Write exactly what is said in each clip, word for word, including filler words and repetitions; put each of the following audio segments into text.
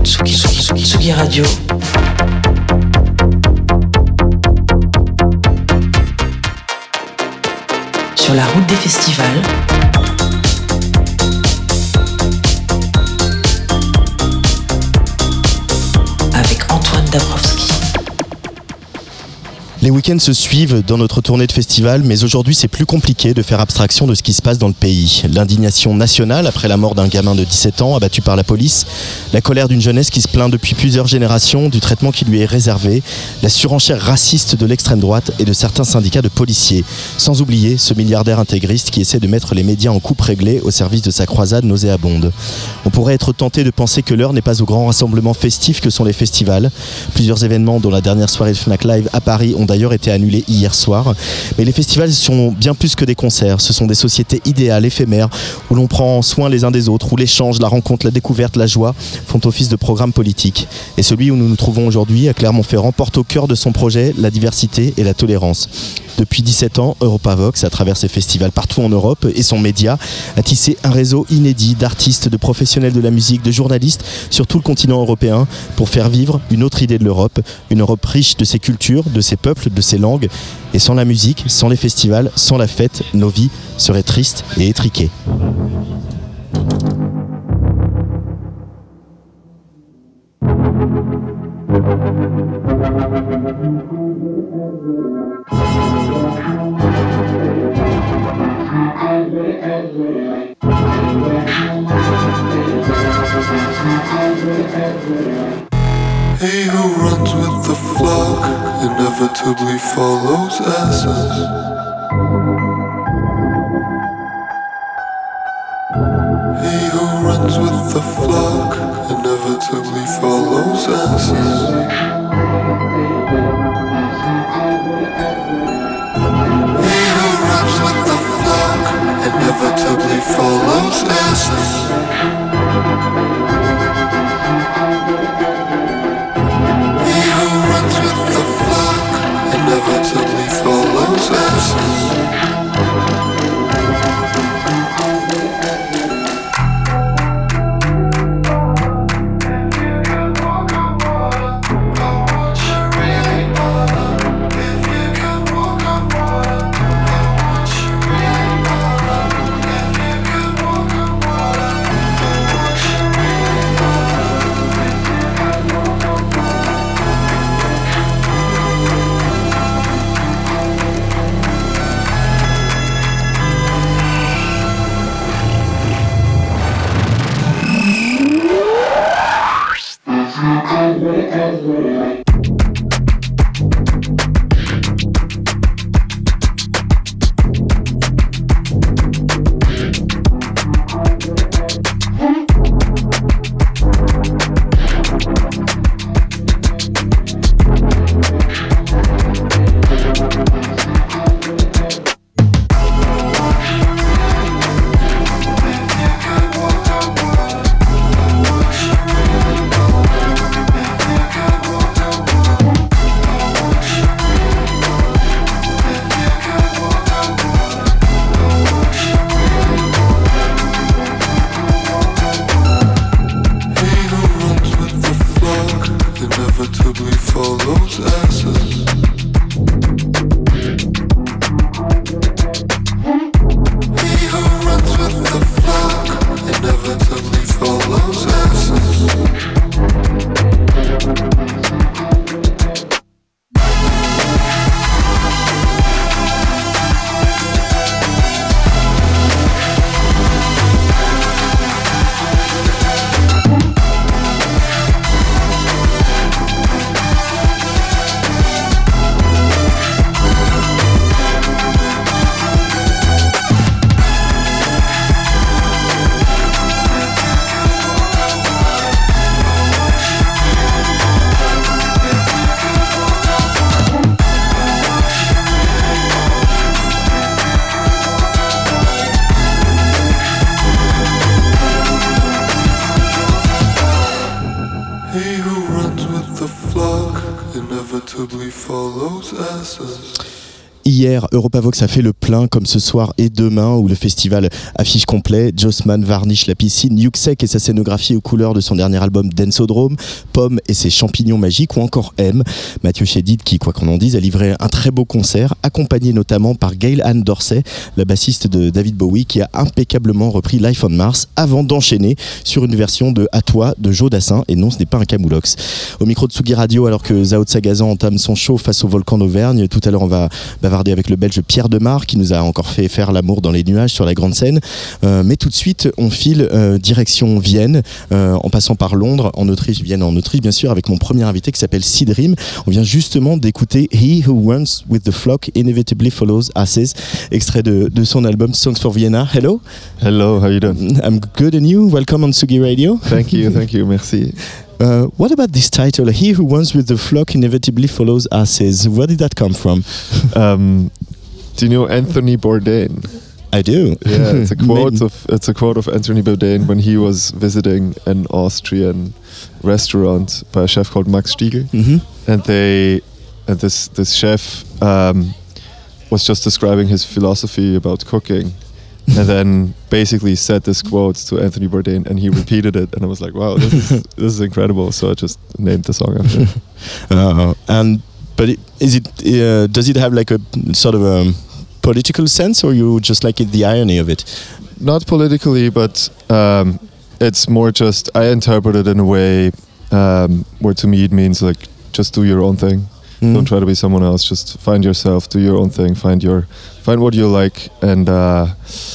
Tsugi, Tsugi, Tsugi Radio. Sur la route des festivals. Avec Antoine Dabrowski. Les week-ends se suivent dans notre tournée de festival, mais aujourd'hui c'est plus compliqué de faire abstraction de ce qui se passe dans le pays. L'indignation nationale après la mort d'un gamin de dix-sept ans abattu par la police, la colère d'une jeunesse qui se plaint depuis plusieurs générations du traitement qui lui est réservé, la surenchère raciste de l'extrême droite et de certains syndicats de policiers, sans oublier ce milliardaire intégriste qui essaie de mettre les médias en coupe réglée au service de sa croisade nauséabonde. On pourrait être tenté de penser que l'heure n'est pas au grand rassemblement festif que sont les festivals. Plusieurs événements, dont la dernière soirée de Fnac Live à Paris, ont d'ailleurs été annulés hier soir. Mais les festivals sont bien plus que des concerts. Ce sont des sociétés idéales, éphémères, où l'on prend soin les uns des autres, où l'échange, la rencontre, la découverte, la joie font office de programme politique. Et celui où nous nous trouvons aujourd'hui, à Clermont-Ferrand, porte au cœur de son projet la diversité et la tolérance. Depuis dix-sept ans, Europavox, à travers ses festivals partout en Europe et son média, a tissé un réseau inédit d'artistes, de professionnels de la musique, de journalistes sur tout le continent européen pour faire vivre une autre idée de l'Europe, une Europe riche de ses cultures, de ses peuples, de ses langues. Et sans la musique, sans les festivals, sans la fête, nos vies seraient tristes et étriquées. He who runs with the flock inevitably follows asses. He who runs with the flock inevitably follows asses. He who runs with the flock inevitably follows asses. Inevitably follows asses. Hier, Europavox a fait le plein, comme ce soir et demain, où le festival affiche complet. Jossman varniche la piscine, Yuxek et sa scénographie aux couleurs de son dernier album Densodrome, Pomme et ses champignons magiques, ou encore M, Mathieu Chédid, qui, quoi qu'on en dise, a livré un très beau concert, accompagné notamment par Gail Ann Dorsey, la bassiste de David Bowie, qui a impeccablement repris Life on Mars, avant d'enchaîner sur une version de À toi de Joe Dassin, et non, ce n'est pas un camoulox. Au micro de Tsugi Radio, alors que Zao de Sagazan entame son show face au volcan d'Auvergne, tout à l'heure on va bavarder avec le belge Pierre Demar, qui nous a encore fait faire l'amour dans les nuages sur la grande scène. Euh, mais tout de suite, on file euh, direction Vienne, euh, en passant par Londres, en Autriche, Vienne en Autriche, bien sûr, avec mon premier invité qui s'appelle Sidrim. On vient justement d'écouter He Who Runs With The Flock Inevitably Follows Asses, extrait de, de son album Songs for Vienna. Hello. Hello, how you doing? I'm good, and you? Welcome on Tsugi Radio. Thank you, thank you, merci. Uh, what about this title, He Who Runs With The Flock Inevitably Follows Asses? Where did that come from? Um, do you know Anthony Bourdain? I do. Yeah, it's a quote of it's a quote of Anthony Bourdain when he was visiting an Austrian restaurant by a chef called Max Stiegel, Mm-hmm. and they and this this chef um, was just describing his philosophy about cooking. And then basically said this quote to Anthony Bourdain, and he repeated it, and I was like, "Wow, this is this is incredible!" So I just named the song after it. Uh, and but it, is it uh, does it have like a sort of a political sense, or you just like it, the irony of it? Not politically, but um, it's more just I interpret it in a way um, where to me it means like just do your own thing. Mm. Don't try to be someone else. Just find yourself, do your own thing, find your find what you like, and uh,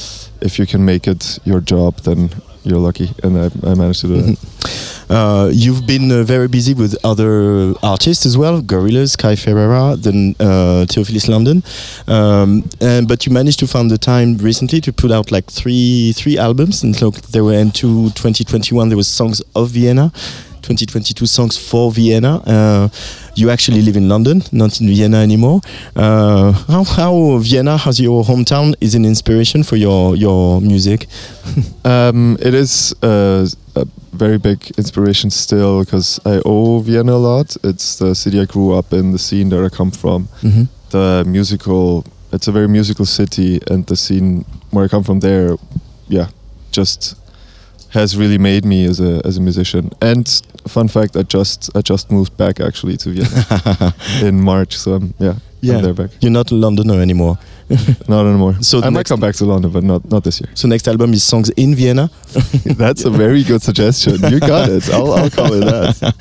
if you can make it your job, then you're lucky. And I, I managed to do that. Uh, you've been uh, very busy with other artists as well, Gorillaz, Kai Ferreira, then uh, Theophilus London, um, and, but you managed to find the time recently to put out like three three albums, and look, there were in two, twenty twenty-one there was Songs of Vienna, twenty twenty-two Songs for Vienna. Uh, you actually live in London, not in Vienna anymore. Uh, how, how Vienna, as your hometown, is an inspiration for your, your music? Um, it is uh, a very big inspiration still because I owe Vienna a lot. It's the city I grew up in, the scene that I come from. Mm-hmm. The musical, it's a very musical city, and the scene where I come from there, yeah, just has really made me as a as a musician. And fun fact, I just I just moved back actually to Vienna in March, so I'm, yeah, Yeah, I'm there back. you're not a Londoner anymore. Not anymore. So I the might next- come back to London, but not not this year. So next album is Songs in Vienna. That's a very good suggestion. You got it. I'll I'll call it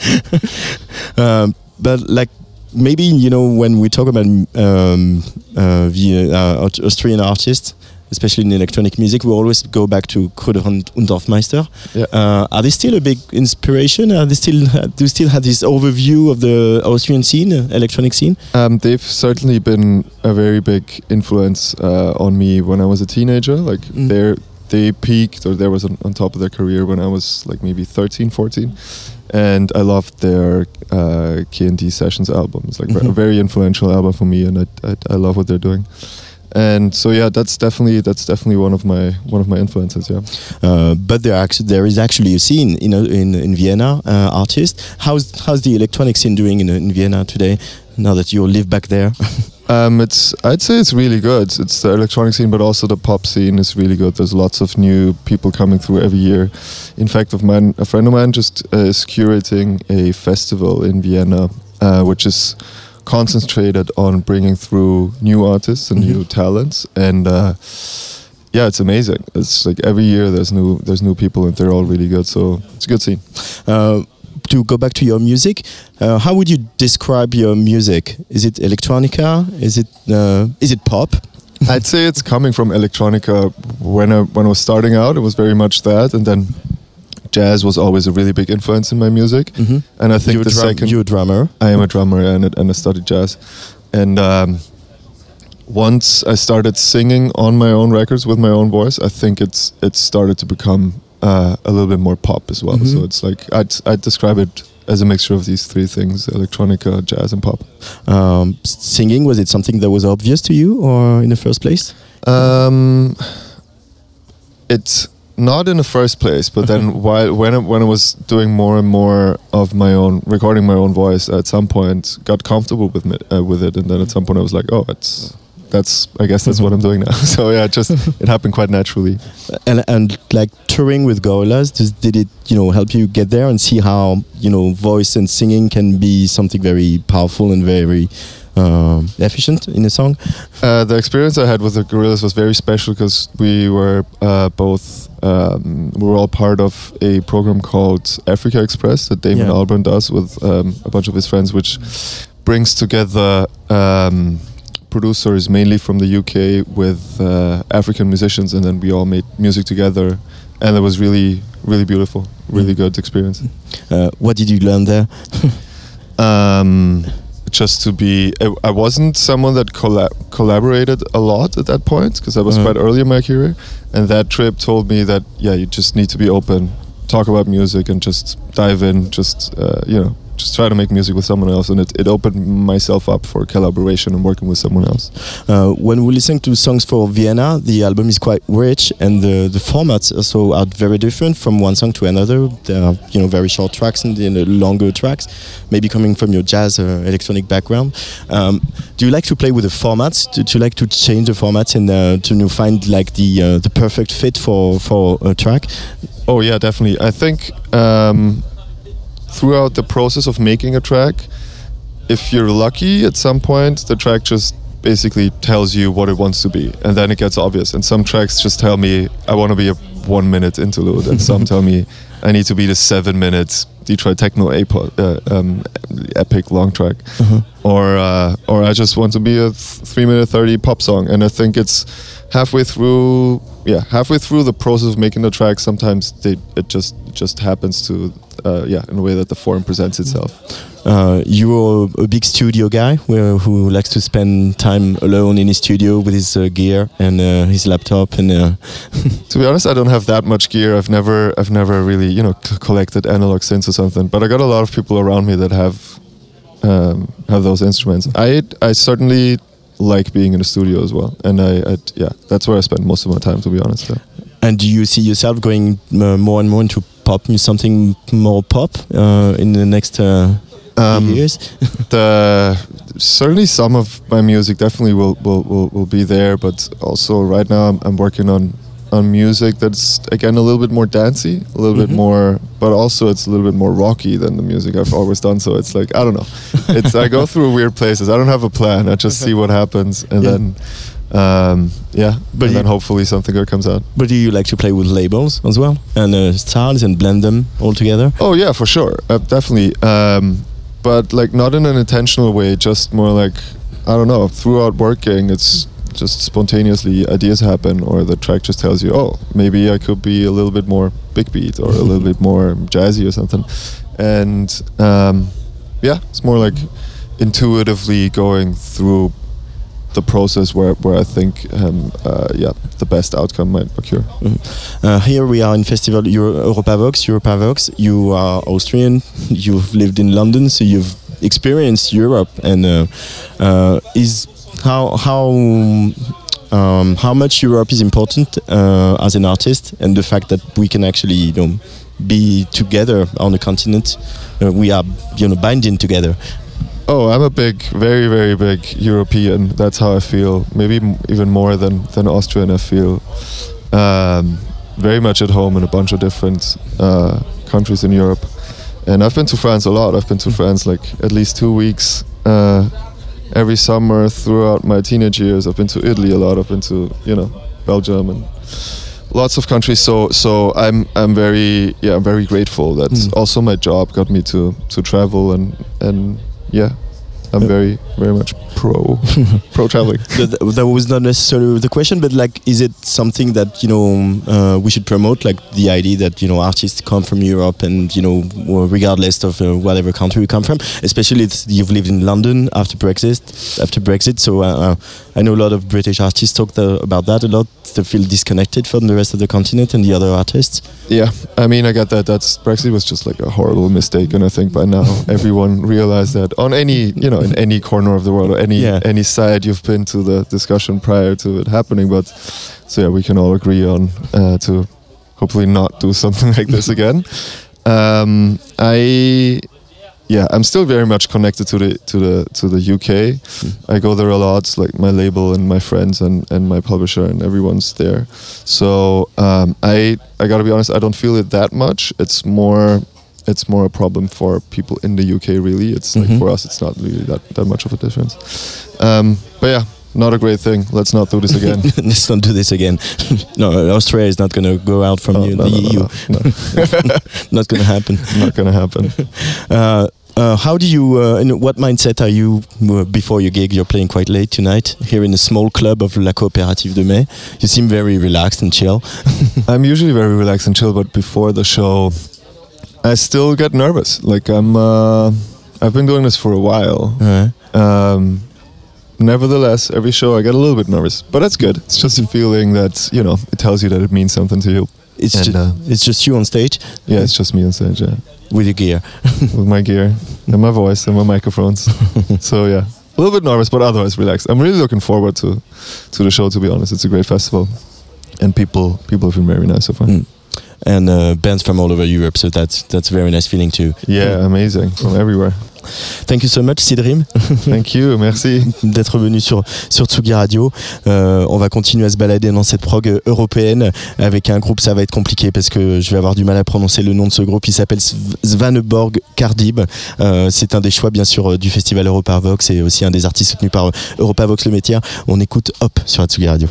that. um, but like maybe you know when we talk about um, uh, the uh, Aust- Austrian artists, especially in electronic music, we always go back to Kruder und und Dorfmeister. Yeah. Uh, are they still a big inspiration? Are they still uh, do you still have this overview of the Austrian scene, uh, electronic scene? Um, they've certainly been a very big influence uh, on me when I was a teenager. Like Mm. they're they peaked or they was on, on top of their career when I was like maybe thirteen, fourteen. And I loved their uh, K and D Sessions albums, like Mhm. a very influential album for me, and I, I I love what they're doing. And so yeah, that's definitely that's definitely one of my one of my influences. Yeah. Uh, but there actually there is actually a scene in in, in Vienna, uh, artists. How's how's the electronic scene doing in in Vienna today? Now that you live back there. Um, it's I'd say it's really good. It's the electronic scene, but also the pop scene is really good. There's lots of new people coming through every year. In fact, of mine, a friend of mine just uh, is curating a festival in Vienna, uh, which is concentrated on bringing through new artists and Mhm. new talents. And uh, yeah, it's amazing. It's like every year there's new there's new people, and they're all really good. So it's a good scene. Uh, to go back to your music, uh, how would you describe your music? Is it electronica? Is it uh, is it pop? I'd say it's coming from electronica. When I when I was starting out, it was very much that, and then jazz was always a really big influence in my music. Mhm. And I think You're the a drum- second, you're a drummer. I am a drummer and I- and I studied jazz. And um, once I started singing on my own records with my own voice, I think it's it started to become uh, a little bit more pop as well. Mhm. So it's like I'd I'd describe it as a mixture of these three things: electronica, jazz, and pop. Um, s- singing, was it something that was obvious to you, or in the first place? Um, it's not in the first place, but then while when I, when I was doing more and more of my own recording my own voice, at some point got comfortable with me, uh, with it, and then at some point I was like, oh, it's that's I guess that's what I'm doing now. So yeah, just it happened quite naturally. And and like touring with Gorillaz, does, did it you know help you get there and see how you know voice and singing can be something very powerful and very uh, efficient in a song? Uh, the experience I had with the Gorillaz was very special because we were uh, both um, we were all part of a program called Africa Express that Damon Yeah. Albarn does with um, a bunch of his friends, which brings together um, producers mainly from the U K with uh, African musicians, and then we all made music together, and it was really, really beautiful, really good experience. Uh, what did you learn there? um, just to be, I, I wasn't someone that colla- collaborated a lot at that point because I was Uh-huh. quite early in my career, and that trip told me that yeah, you just need to be open, talk about music, and just dive in, just uh, you know. Just try to make music with someone else, and it, it opened myself up for collaboration and working with someone else. Uh, when we listen to songs for Vienna, the album is quite rich, and the, the formats also are very different from one song to another. There are you know very short tracks and then longer tracks, maybe coming from your jazz or electronic background. Um, do you like to play with the formats? Do, do you like to change the formats and uh, to you know, find like the uh, the perfect fit for for a track? Oh yeah, definitely. I think. Um, Throughout the process of making a track, if you're lucky, at some point the track just basically tells you what it wants to be, and then it gets obvious. And some tracks just tell me I want to be a one-minute interlude, and some tell me I need to be the seven-minute Detroit techno apo- uh, um, epic long track, Uh-huh. or uh, or I just want to be a th- three-minute thirty pop song. And I think it's halfway through, yeah, halfway through the process of making the track. Sometimes they, it just just happens to. Uh, yeah, in a way that the form presents itself. Uh, you're a big studio guy who, who likes to spend time alone in his studio with his uh, gear and uh, his laptop. And uh to be honest, I don't have that much gear. I've never, I've never really, you know, c- collected analog synths or something. But I got a lot of people around me that have um, have those instruments. I, I certainly like being in the studio as well, and I, I yeah, that's where I spend most of my time, to be honest. Yeah. And do you see yourself going uh, more and more into pop, something more pop uh, in the next uh, Um, years? the certainly some of my music definitely will will, will, will be there, but also right now I'm, I'm working on on music that's again a little bit more dancey, a little Mhm. bit more, but also it's a little bit more rocky than the music I've always done. So it's like I don't know, it's I go through weird places. I don't have a plan. I just see what happens, and Yeah. then um, yeah, But and you- then hopefully something good comes out. But do you like to play with labels as well and uh, styles and blend them all together? Oh yeah, for sure, uh, definitely. Um, but like not in an intentional way, just more like I don't know. Throughout working, it's just spontaneously ideas happen, or the track just tells you, oh, maybe I could be a little bit more big beat or a little bit more jazzy or something. And um, yeah, it's more like intuitively going through the process where, where I think um, uh, yeah the best outcome might occur. Uh, here we are in Festival Euro- Europavox, Europavox. You are Austrian, you've lived in London, so you've experienced Europe. And uh, uh, is how how um, how much Europe is important uh, as an artist, and the fact that we can actually you know be together on the continent. Uh, we are you know binding together. Oh, I'm a big, very, very big European. That's how I feel. Maybe m- even more than, than Austrian. I feel um, very much at home in a bunch of different uh, countries in Europe. And I've been to France a lot. I've been to France like at least two weeks uh, every summer throughout my teenage years. I've been to Italy a lot. I've been to, you know, Belgium and lots of countries. So so I'm I'm very yeah I'm very grateful that Mm. also my job got me to to travel and and yeah, I'm very, very much pro pro traveling. that, that was not necessarily the question, but like, is it something that you know uh, we should promote? Like the idea that you know artists come from Europe, and you know regardless of uh, whatever country you come from. Especially if you've lived in London after Brexit. After Brexit, so uh, I know a lot of British artists talk the, about that a lot. They feel disconnected from the rest of the continent and the other artists. Yeah, I mean, I get that. That's Brexit was just like a horrible mistake, and I think by now everyone realized that on any, you know, in any corner of the world or any Yeah. any side you've been to the discussion prior to it happening. But so yeah, we can all agree on uh, to hopefully not do something like this again. Um, I yeah, I'm still very much connected to the to the to the U K. Mm. I go there a lot, like my label and my friends and, and my publisher and everyone's there. So um, I I gotta be honest, I don't feel it that much. It's more it's more a problem for people in the U K. Really, it's like mm-hmm. for us, it's not really that that much of a difference. Um, but yeah. Not a great thing. Let's not do this again. Let's not do this again. No, Australia is not going to go out from oh, you, no, the no, E U. No, no. Not going to happen. Not going to happen. Uh, uh, how do you, uh, in what mindset are you uh, before your gig? You're playing quite late tonight here in a small club of La Coopérative de Mai. You seem very relaxed and chill. I'm usually very relaxed and chill, but before the show, I still get nervous. Like I'm, uh, I've been doing this for a while. Uh-huh. Um, Nevertheless, every show I get a little bit nervous, but that's good. It's just a feeling that, you know, it tells you that it means something to you. It's, and, ju- uh, it's just you on stage? Yeah, it's just me on stage, yeah. With your gear? With my gear, and my voice, and my microphones. So yeah, a little bit nervous, but otherwise relaxed. I'm really looking forward to to the show, to be honest. It's a great festival, and people people have been very nice so far. Mm. And uh, bands from all over Europe, so that's that's a very nice feeling too. Yeah, amazing, from everywhere. Thank you so much, Sidrim. Thank you, merci. D'être venu sur, sur Tsugi Radio. Euh, on va continuer à se balader dans cette prog européenne avec un groupe, ça va être compliqué parce que je vais avoir du mal à prononcer le nom de ce groupe. Il s'appelle Svaneborg Kardib. Euh, c'est un des choix, bien sûr, du festival Europavox et aussi un des artistes soutenus par Europavox Le Métier. On écoute Hop sur Tsugi Radio.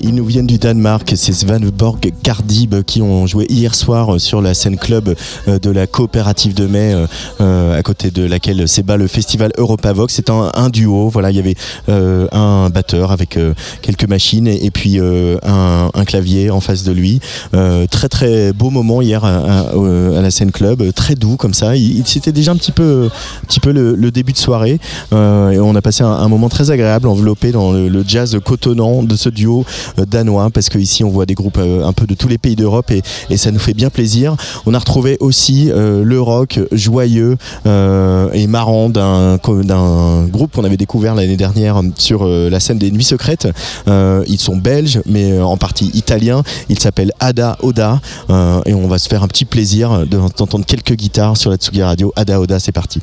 Ils nous viennent du Danemark, c'est Svanborg Kardib qui ont joué hier soir sur la scène club de la coopérative de mai, euh, à côté de laquelle s'ébat le festival Europavox. C'est un, un duo, voilà, il y avait euh, un batteur avec euh, quelques machines et, et puis euh, un, un clavier en face de lui. Euh, très très beau moment hier à, à, à la scène club, très doux comme ça. Il, c'était déjà un petit peu, un petit peu le, le début de soirée euh, et on a passé un, un moment très agréable, enveloppé dans le, le jazz cotonnant de ce duo euh, danois, parce qu'ici on voit des groupes euh, un peu de tous les pays d'Europe et, et ça nous fait bien plaisir. On a retrouvé aussi euh, le rock joyeux euh, et marrant d'un, d'un groupe qu'on avait découvert l'année dernière sur euh, la scène des Nuits Secrètes. Euh, ils sont belges mais euh, en partie italiens. Ils s'appellent Ada Oda euh, et on va se faire un petit plaisir de, d'entendre quelques guitares sur la Tsugi Radio. Ada Oda, c'est parti.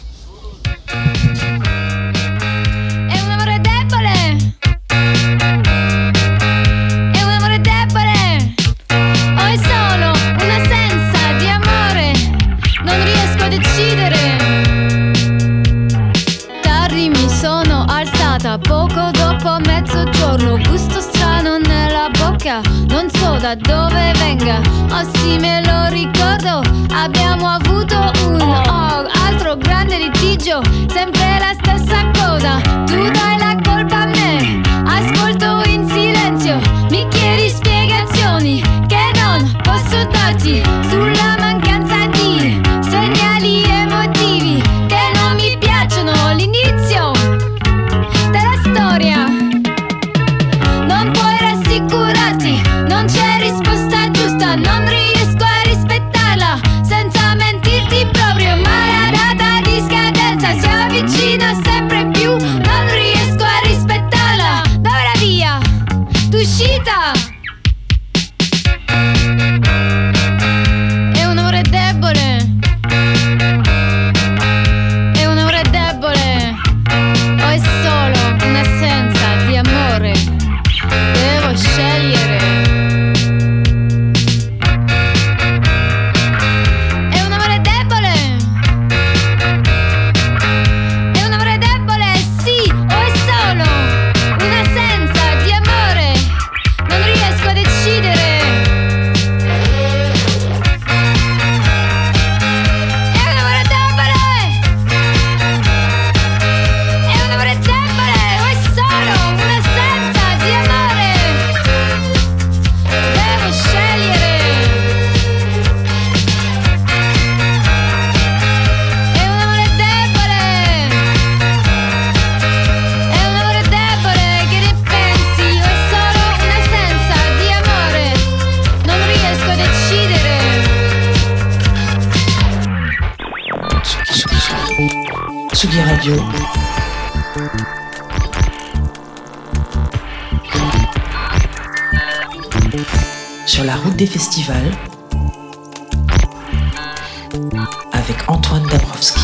Poco dopo mezzogiorno, gusto strano nella bocca, non so da dove venga, oh sì me lo ricordo, abbiamo avuto un oh, altro grande litigio, sempre la stessa cosa, tu dai la colpa a me, ascolto in silenzio, mi chiedi spiegazioni che non posso darti, sulla mancanza di segnali emotivi che non mi piacciono, l'inizio storia. Non puoi rassicurarti, non c'è risposta giusta, non riesco a rispettarla senza mentirti proprio, ma la data di scadenza si avvicina sempre più, non riesco a rispettarla, d'ora via, d'uscita. È un amore debole, è un amore debole, o è solo un'assenza di amore, devo scegliere. È un amore debole, è un amore debole, sì, o è solo un'assenza di amore, non riesco a decidere. È un amore debole, è un amore debole, o è solo un'assenza di amore, devo scegliere. È un amore debole, è un amore debole, che ne pensi? O è solo un'assenza di amore, non riesco a decidere. Tsugi Radio. Sur la route des festivals avec Antoine Dabrowski.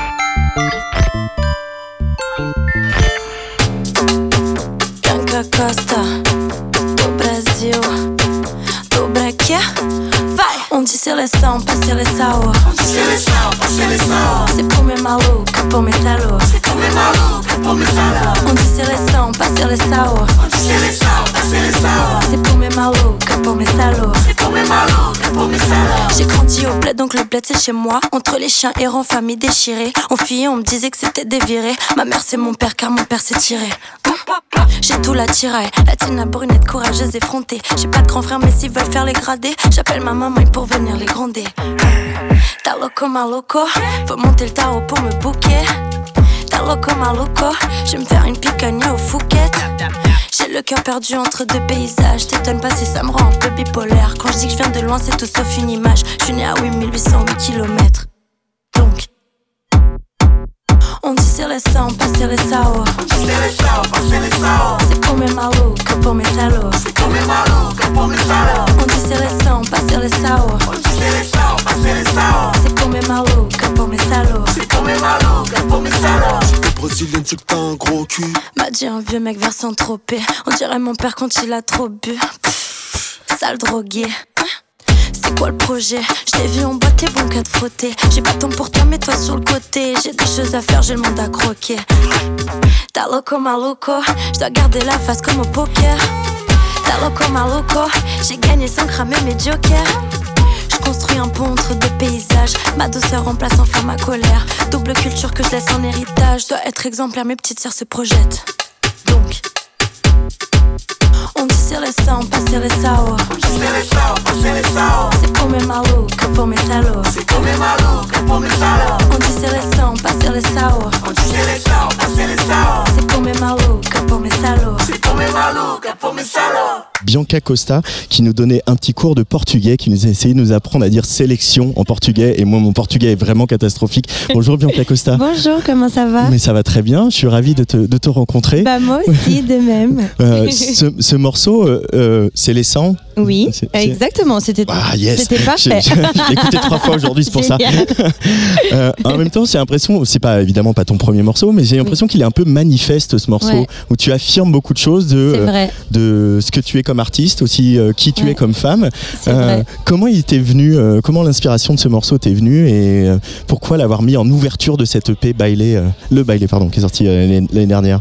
Bianca Costa, do Brasil, do Braquia. Vai! On dit c'est les sangs, pas c'est les sao. On dit c'est les sao, pas c'est les sao. C'est pour mes malouques, pour mes salauds. C'est pour mes malouques, pour mes salauds. On dit c'est les sangs, pas c'est les sao. On dit c'est les sao, pas c'est les sao. C'est pour mes malouques, pour mes salauds. C'est pour mes malouques, pour mes salauds. J'ai grandi au bled, donc le bled c'est chez moi. Entre les chiens errants, famille déchirée. En fille, on me disait que c'était déviré. Ma mère c'est mon père, car mon père s'est tiré. J'ai tout la tiraille, latine, brunette, courageuse, effrontée. J'ai pas de grand frère, mais s'ils veulent faire les gradés, j'appelle ma maman pour venir les gronder. Ta loco, ma loco, faut monter le tarot pour me bouquer. Ta loco, ma loco, je vais me faire une picanha au Phuket. J'ai le cœur perdu entre deux paysages. T'étonnes pas si ça me rend un peu bipolaire. Quand je dis que je viens de loin, c'est tout sauf une image. Je suis née à huit mille huit cent huit kilomètres. Donc on dit c'est les sangs, pas c'est les sao. On dit c'est les sao, pas c'est les sao. C'est pour mes malouques, pour mes salauds. C'est pour mes malouques, pour mes salauds. On dit c'est les sangs, pas c'est les sao. On dit c'est les sao, pas c'est les sao. C'est pour mes malouques, pour mes salauds. C'est pour mes malouques, pour mes salauds. T'es brésilienne, c'est que t'as un gros cul. M'a dit un vieux mec vers Saint-Tropez. On dirait mon père quand il a trop bu. Pff, sale drogué. C'est quoi le projet? Je t'ai vu en boîte, t'es bon qu'à te frotter. J'ai pas temps pour toi, mets-toi sur le côté. J'ai des choses à faire, j'ai le monde à croquer. Ta loco, ma loco, je dois garder la face comme au poker. T'as loco maluco, j'ai gagné sans cramer mes jokers. Je construis un pont entre deux paysages. Ma douceur remplace enfin ma colère. Double culture que je laisse en héritage. Dois être exemplaire, mes petites sœurs se projettent. Donc on dit c'est les sangs, pas c'est les sao. C'est les sao, pas c'est les sao. C'est pour mes malouks, que pour mes salauds. C'est pour mes malouks, que pour mes salauds. On dit c'est les sangs, pas c'est les sao. On dit c'est les sao, pas c'est les sao. C'est pour mes malouks, que pour mes salauds. C'est pour mes malouks, que pour mes salauds. Bianca Costa qui nous donnait un petit cours de portugais, qui nous a essayé de nous apprendre à dire sélection en portugais, et moi mon portugais est vraiment catastrophique. Bonjour Bianca Costa. Bonjour, comment ça va? Mais ça va très bien, je suis ravi de te, de te rencontrer. Bah moi aussi, de même. euh, ce, ce morceau, euh, euh, c'est les sangs. Oui, c'est, c'est... exactement, c'était, ah, yes. c'était parfait. J'ai, j'ai écouté trois fois aujourd'hui, c'est pour ça. euh, en même temps, j'ai l'impression, c'est pas évidemment pas ton premier morceau, mais j'ai l'impression oui. qu'il est un peu manifeste ce morceau, ouais. où tu affirmes beaucoup de choses de, euh, de ce que tu es comme artiste, aussi euh, qui tu ouais. es comme femme. Euh, comment il t'est venu, euh, comment l'inspiration de ce morceau t'est venue et euh, pourquoi l'avoir mis en ouverture de cette E P Bailé, euh, le Bailé pardon, qui est sorti euh, l'année, l'année dernière?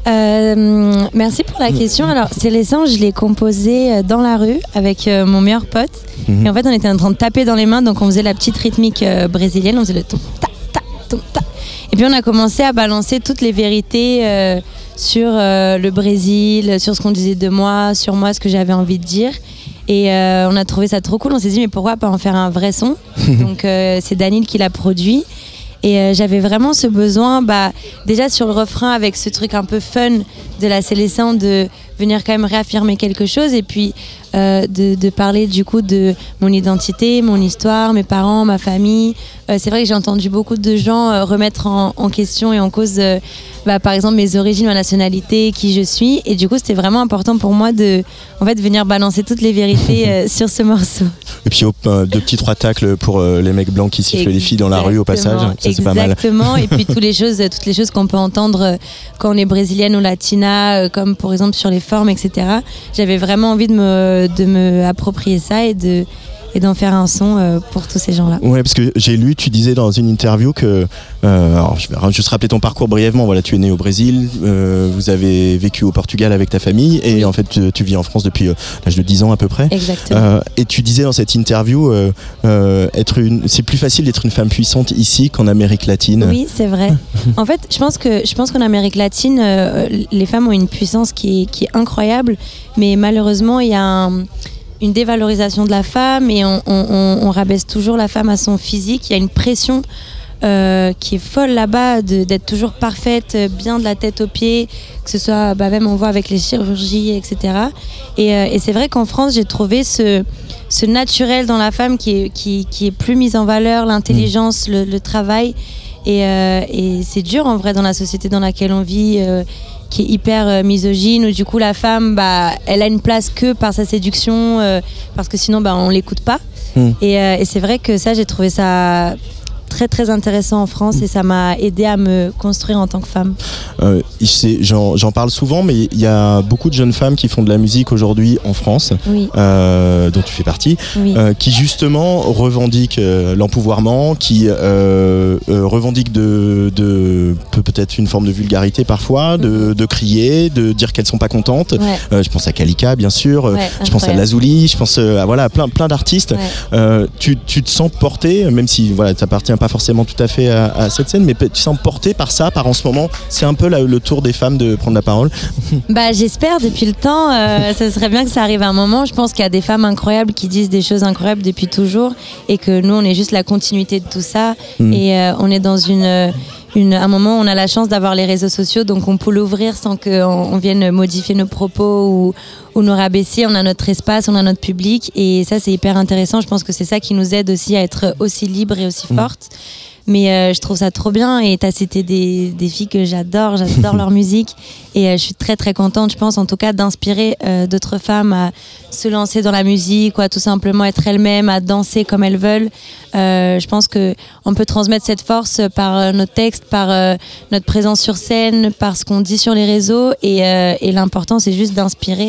Euh, merci pour la question. Alors, C'est les sangs, je l'ai composé dans la rue avec euh, mon meilleur pote. Mm-hmm. Et en fait, on était en train de taper dans les mains, donc on faisait la petite rythmique euh, brésilienne, on faisait le tom, ta, ta, tom, ta. Et puis on a commencé à balancer toutes les vérités euh, sur euh, le Brésil, sur ce qu'on disait de moi, sur moi, ce que j'avais envie de dire. Et euh, on a trouvé ça trop cool. On s'est dit, mais pourquoi pas en faire un vrai son? Donc euh, c'est Daniel qui l'a produit. Et euh, j'avais vraiment ce besoin, bah, déjà sur le refrain avec ce truc un peu fun de la Célestin, de venir quand même réaffirmer quelque chose et puis euh, de, de parler du coup de mon identité, mon histoire, mes parents, ma famille. Euh, c'est vrai que j'ai entendu beaucoup de gens euh, remettre en, en question et en cause euh, bah, par exemple mes origines, ma nationalité, qui je suis, et du coup c'était vraiment important pour moi de en fait, venir balancer toutes les vérités euh, sur ce morceau. Et puis euh, deux petits trois tacles pour euh, les mecs blancs qui sifflent Exactement. Les filles dans la rue au passage, ça c'est pas mal. Exactement, et puis toutes les choses, toutes les choses qu'on peut entendre euh, quand on est brésilienne ou latina, euh, comme par exemple sur les formes, et cetera. J'avais vraiment envie de me, de me approprier ça et de et d'en faire un son euh, pour tous ces gens-là. Ouais, parce que j'ai lu, tu disais dans une interview que, euh, alors je vais juste rappeler ton parcours brièvement. Voilà, tu es né au Brésil, euh, vous avez vécu au Portugal avec ta famille, et en fait tu, tu vis en France depuis euh, l'âge de dix ans à peu près. Exactement. Euh, et tu disais dans cette interview, euh, euh, être une, c'est plus facile d'être une femme puissante ici qu'en Amérique latine. Oui, c'est vrai. En fait, je pense que je pense qu'en Amérique latine, euh, les femmes ont une puissance qui est, qui est incroyable, mais malheureusement, il y a un une dévalorisation de la femme et on, on, on rabaisse toujours la femme à son physique. Il y a une pression euh, qui est folle là-bas de, d'être toujours parfaite, bien de la tête aux pieds, que ce soit, bah, même on voit avec les chirurgies, et cetera. Et, euh, et c'est vrai qu'en France, j'ai trouvé ce, ce naturel dans la femme qui est, qui, qui est plus mis en valeur, l'intelligence, le, le travail. Et, euh, et c'est dur en vrai dans la société dans laquelle on vit, euh, qui est hyper euh, misogyne, où du coup la femme, bah, elle a une place que par sa séduction, euh, parce que sinon bah, on l'écoute pas. Mmh. Et, euh, et c'est vrai que ça, j'ai trouvé ça très très intéressant en France et ça m'a aidé à me construire en tant que femme. Euh, j'en, j'en parle souvent, mais il y a beaucoup de jeunes femmes qui font de la musique aujourd'hui en France, oui. euh, dont tu fais partie, oui. euh, qui justement revendiquent euh, l'empouvoirment, qui euh, euh, revendiquent de, de peut-être une forme de vulgarité parfois, de, de crier, de dire qu'elles sont pas contentes. Ouais. Euh, je pense à Kalika, bien sûr. Ouais, je pense à Lazuli. Je pense à voilà plein plein d'artistes. Ouais. Euh, tu, tu te sens porté, même si voilà t'appartiens pas forcément tout à fait à, à cette scène, mais tu te sens porté par ça, par en ce moment. C'est un peu la, le tour des femmes de prendre la parole. Bah j'espère depuis le temps. Euh, ça serait bien que ça arrive à un moment. Je pense qu'il y a des femmes incroyables qui disent des choses incroyables depuis toujours et que nous on est juste la continuité de tout ça. Mmh. Et euh, on est dans une Une, un moment où on a la chance d'avoir les réseaux sociaux, donc on peut l'ouvrir sans qu'on on vienne modifier nos propos ou, ou nous rabaisser. On a notre espace, on a notre public et ça c'est hyper intéressant. Je pense que c'est ça qui nous aide aussi à être aussi libres et aussi fortes. Mais euh, je trouve ça trop bien et t'as cité des, des filles que j'adore, j'adore leur musique et euh, je suis très très contente, je pense en tout cas d'inspirer euh, d'autres femmes à se lancer dans la musique ou à tout simplement être elles-mêmes, à danser comme elles veulent. Euh, je pense qu'on peut transmettre cette force par euh, nos textes, par euh, notre présence sur scène, par ce qu'on dit sur les réseaux et, euh, et l'important c'est juste d'inspirer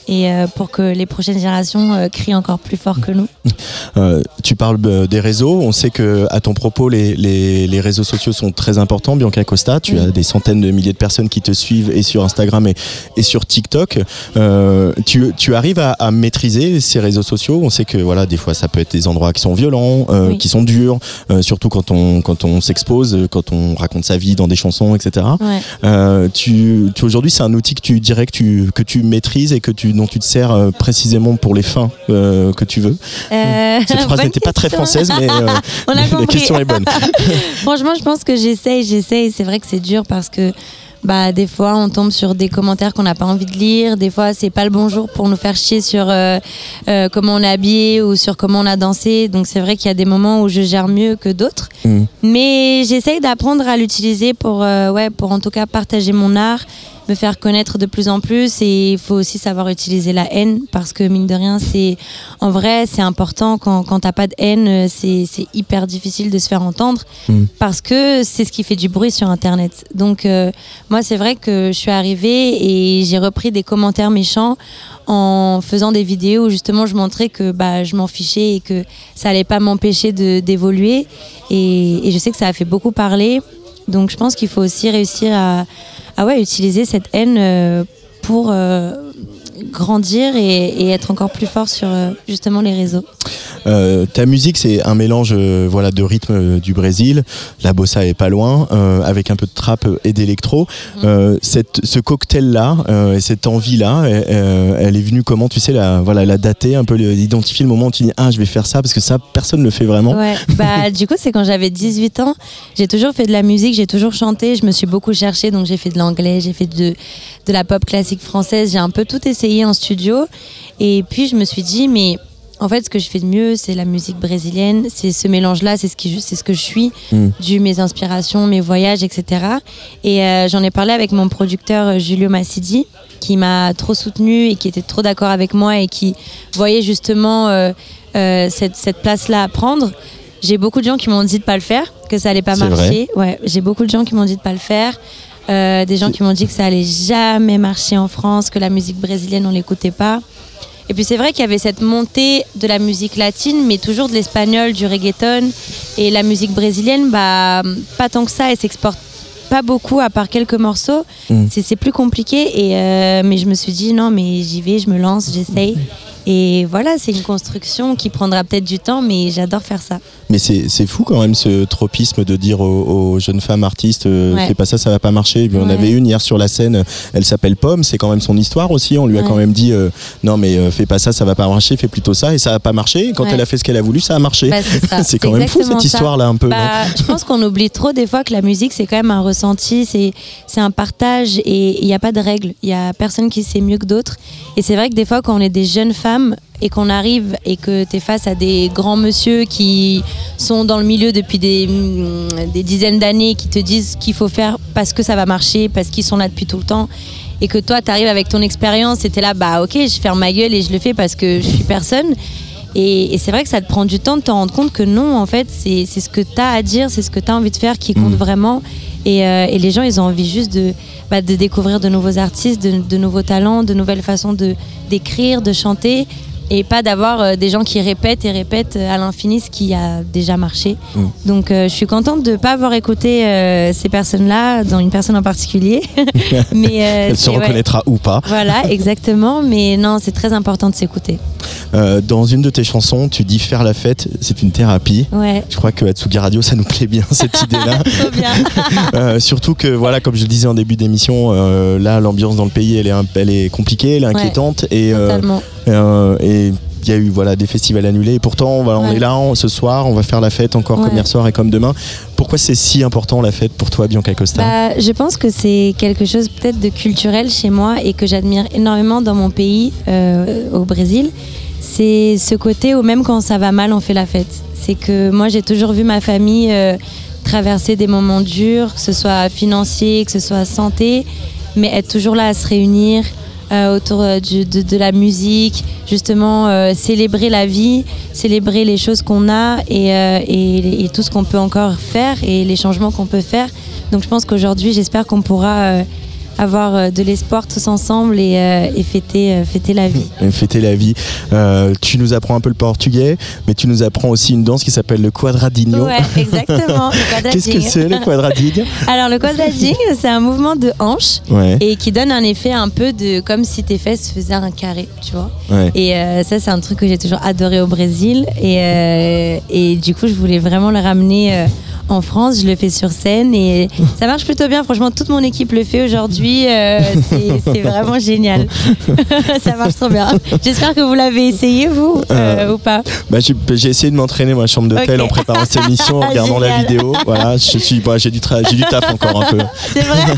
et euh, pour que les prochaines générations euh, crient encore plus fort que nous. Euh, tu parles euh, des réseaux, on sait que à ton propos les, les, les réseaux sociaux sont très importants. Bianca Costa, tu oui. as des centaines de milliers de personnes qui te suivent et sur Instagram et, et sur TikTok. Euh, tu, tu arrives à, à maîtriser ces réseaux sociaux. On sait que voilà, des fois ça peut être des endroits qui sont violents, euh, oui. qui sont durs, euh, surtout quand on, quand on s'expose, quand on raconte sa vie dans des chansons, et cetera. Ouais. Euh, tu, tu, aujourd'hui, c'est un outil que tu dirais que tu, que tu maîtrises et que tu, dont tu te sers euh, précisément pour les fins euh, que tu veux. Euh, Cette phrase n'était pas très française, mais, euh, mais la question est bonne. Franchement, je pense que j'essaye, j'essaye. C'est vrai que c'est dur parce que bah, des fois, on tombe sur des commentaires qu'on n'a pas envie de lire. Des fois, c'est pas le bon jour pour nous faire chier sur euh, euh, comment on est habillé ou sur comment on a dansé. Donc, c'est vrai qu'il y a des moments où je gère mieux que d'autres. Mmh. Mais j'essaye d'apprendre à l'utiliser pour, euh, ouais, pour en tout cas partager mon art, me faire connaître de plus en plus. Et il faut aussi savoir utiliser la haine parce que mine de rien, c'est en vrai, c'est important quand, quand t'as pas de haine, c'est, c'est hyper difficile de se faire entendre mmh. parce que c'est ce qui fait du bruit sur Internet. Donc euh, moi, c'est vrai que je suis arrivée et j'ai repris des commentaires méchants en faisant des vidéos où justement je montrais que bah, je m'en fichais et que ça allait pas m'empêcher de, d'évoluer. Et, et je sais que ça a fait beaucoup parler. Donc je pense qu'il faut aussi réussir à Ah ouais, utiliser cette haine euh, pour euh, grandir et, et être encore plus fort sur euh, justement les réseaux. Euh, ta musique, c'est un mélange euh, voilà, de rythme euh, du Brésil, la bossa est pas loin, euh, avec un peu de trap et d'électro. Mmh. Euh, cette, ce cocktail-là euh, et cette envie-là, euh, elle est venue comment, tu sais, la, voilà, la dater, un peu identifier le moment où tu dis « Ah, je vais faire ça » parce que ça, personne ne le fait vraiment. Ouais, bah, du coup, c'est quand j'avais dix-huit ans, j'ai toujours fait de la musique, j'ai toujours chanté, je me suis beaucoup cherchée, donc j'ai fait de l'anglais, j'ai fait de, de la pop classique française, j'ai un peu tout essayé en studio et puis je me suis dit « mais en fait, ce que je fais de mieux, c'est la musique brésilienne, c'est ce mélange-là, c'est ce, qui, c'est ce que je suis, mmh. dû mes inspirations, mes voyages, et cetera. Et euh, j'en ai parlé avec mon producteur Julio Massidi, qui m'a trop soutenue et qui était trop d'accord avec moi et qui voyait justement euh, euh, cette, cette place-là à prendre. J'ai beaucoup de gens qui m'ont dit de ne pas le faire, que ça n'allait pas c'est marcher. Ouais, j'ai beaucoup de gens qui m'ont dit de ne pas le faire. Euh, des gens qui m'ont dit que ça allait jamais marcher en France, que la musique brésilienne, on l'écoutait pas. Et puis c'est vrai qu'il y avait cette montée de la musique latine, mais toujours de l'espagnol, du reggaeton. Et la musique brésilienne, bah, pas tant que ça, elle s'exporte pas beaucoup, à part quelques morceaux. Mmh. C'est, c'est plus compliqué. Et euh, mais je me suis dit, non, mais j'y vais, je me lance, j'essaye. Et voilà, c'est une construction qui prendra peut-être du temps, mais j'adore faire ça. Mais c'est, c'est fou quand même ce tropisme de dire aux, aux jeunes femmes artistes euh, ouais. fais pas ça, ça va pas marcher. Et puis on ouais. avait une hier sur la scène, elle s'appelle Pomme, c'est quand même son histoire aussi. On lui a ouais. quand même dit euh, non mais euh, fais pas ça, ça va pas marcher, fais plutôt ça, et ça a pas marché. Et quand ouais. elle a fait ce qu'elle a voulu, ça a marché. Bah, c'est ça. c'est, c'est quand même fou cette histoire là un peu. Bah, je pense qu'on oublie trop des fois que la musique c'est quand même un ressenti, c'est, c'est un partage et il n'y a pas de règles. Il y a personne qui sait mieux que d'autres. Et c'est vrai que des fois quand on est des jeunes femmes et qu'on arrive et que tu es face à des grands monsieur qui sont dans le milieu depuis des, des dizaines d'années, qui te disent ce qu'il faut faire parce que ça va marcher, parce qu'ils sont là depuis tout le temps, et que toi tu arrives avec ton expérience et tu es là, bah ok, je ferme ma gueule et je le fais parce que je suis personne. Et, et c'est vrai que ça te prend du temps de te rendre compte que non, en fait, c'est, c'est ce que tu as à dire, c'est ce que tu as envie de faire qui compte mmh. vraiment. Et, euh, et les gens, ils ont envie juste de, bah, de découvrir de nouveaux artistes, de, de nouveaux talents, de nouvelles façons de, d'écrire, de chanter. Et pas d'avoir euh, des gens qui répètent et répètent à l'infini ce qui a déjà marché. Mmh. Donc euh, je suis contente de ne pas avoir écouté euh, ces personnes-là, dans une personne en particulier. mais, euh, Elle se reconnaîtra ouais. ou pas. Voilà, exactement. Mais non, c'est très important de s'écouter. Euh, dans une de tes chansons, tu dis faire la fête, c'est une thérapie. Ouais. Je crois que Atsugi Radio, ça nous plaît bien cette idée-là. Trop bien. euh, surtout que voilà, comme je le disais en début d'émission, euh, là l'ambiance dans le pays, elle est, un, elle est compliquée, elle est inquiétante. Ouais, et, totalement. Euh, et il y a eu voilà, des festivals annulés et pourtant voilà, on ouais. est là on, ce soir, on va faire la fête encore ouais. comme hier soir et comme demain. Pourquoi c'est si important la fête pour toi, Bianca Costa ? Bah, je pense que c'est quelque chose peut-être de culturel chez moi et que j'admire énormément dans mon pays, euh, au Brésil. C'est ce côté où même quand ça va mal, on fait la fête. C'est que moi j'ai toujours vu ma famille euh, traverser des moments durs, que ce soit financier, que ce soit santé, mais être toujours là à se réunir Euh, autour euh, du, de, de la musique, justement euh, célébrer la vie, célébrer les choses qu'on a et, euh, et, et tout ce qu'on peut encore faire et les changements qu'on peut faire. Donc je pense qu'aujourd'hui, j'espère qu'on pourra euh, avoir euh, de l'espoir tous ensemble et, euh, et fêter, euh, fêter la vie. Et fêter la vie. Euh, tu nous apprends un peu le portugais, mais tu nous apprends aussi une danse qui s'appelle le quadradinho. Ouais, exactement. Le Qu'est-ce que c'est le quadradinho? Alors le quadradinho, c'est un mouvement de hanche Ouais. et qui donne un effet un peu de comme si tes fesses faisaient un carré, tu vois. Ouais. Et euh, ça, c'est un truc que j'ai toujours adoré au Brésil. Et, euh, et du coup, je voulais vraiment le ramener euh, en France. Je le fais sur scène et ça marche plutôt bien. Franchement, toute mon équipe le fait aujourd'hui. Euh, c'est, c'est vraiment génial. Ça marche trop bien. J'espère que vous l'avez essayé, vous, euh, euh, ou pas. Bah, j'ai, j'ai essayé de m'entraîner dans ma chambre d'hôtel okay. en préparant cette émission, en regardant la vidéo. Voilà, je suis, bah, j'ai, du tra- j'ai du taf encore un peu. C'est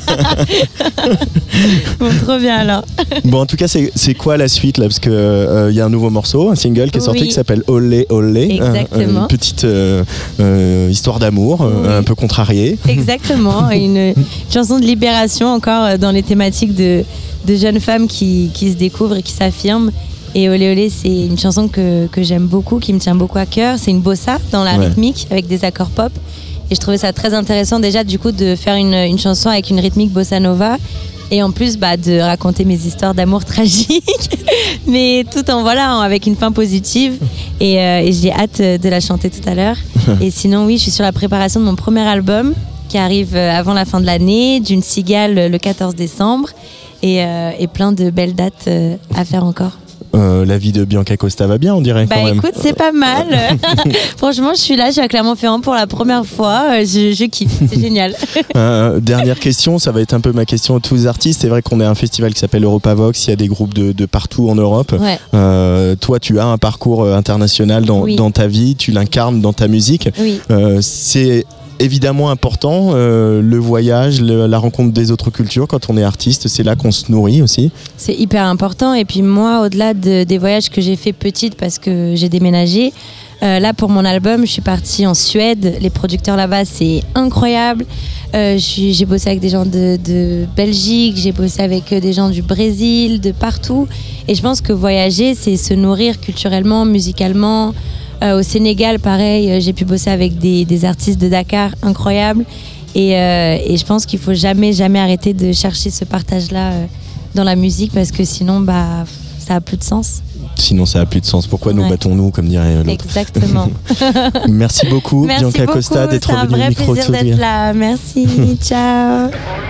vrai. Bon, trop bien alors. Bon, en tout cas, c'est, c'est quoi la suite là? Parce qu'il euh, y a un nouveau morceau, un single qui est sorti oui. qui s'appelle Olé Olé. Exactement. Euh, une petite euh, euh, histoire d'amour, oui. euh, un peu contrariée. Exactement. Une, une chanson de libération encore dans les thématiques de, de jeunes femmes qui, qui se découvrent et qui s'affirment. Et Olé Olé, c'est une chanson que, que j'aime beaucoup, qui me tient beaucoup à cœur. C'est une bossa dans la ouais. rythmique avec des accords pop. Et je trouvais ça très intéressant déjà du coup de faire une, une chanson avec une rythmique bossa nova. Et en plus bah, de raconter mes histoires d'amour tragiques, mais tout en voilà, avec une fin positive. Et, euh, et j'ai hâte de la chanter tout à l'heure. Et sinon, oui, je suis sur la préparation de mon premier album qui arrive avant la fin de l'année, d'une cigale le quatorze décembre. Et, euh, et plein de belles dates euh, à faire encore. Euh, la vie de Bianca Costa va bien, on dirait. Bah quand même. Écoute, c'est pas mal. Franchement, je suis là, je suis à Clermont-Ferrand pour la première fois. Je, je kiffe, c'est génial. Euh, dernière question, ça va être un peu ma question à tous les artistes. C'est vrai qu'on est un festival qui s'appelle Europavox. Il y a des groupes de, de partout en Europe. Ouais. Euh, toi, tu as un parcours international dans, oui. dans ta vie. Tu l'incarnes dans ta musique. Oui. Euh, c'est évidemment important, euh, le voyage, le, la rencontre des autres cultures. Quand on est artiste, c'est là qu'on se nourrit aussi. C'est hyper important. Et puis moi, au-delà de, des voyages que j'ai fait petite parce que j'ai déménagé, euh, là pour mon album, je suis partie en Suède. Les producteurs là-bas, c'est incroyable. Euh, je suis, j'ai bossé avec des gens de, de Belgique, j'ai bossé avec des gens du Brésil, de partout. Et je pense que voyager, c'est se nourrir culturellement, musicalement. Euh, au Sénégal, pareil, euh, j'ai pu bosser avec des, des artistes de Dakar incroyables. Et, euh, et je pense qu'il faut jamais, jamais arrêter de chercher ce partage-là euh, dans la musique parce que sinon, bah, ça a plus de sens. Sinon, ça a plus de sens. Pourquoi nous ouais. battons-nous, comme dirait l'autre. Exactement. Merci beaucoup, Merci Bianca beaucoup, Costa, d'être venue au micro de C'est un vrai plaisir d'être là. Merci. Ciao.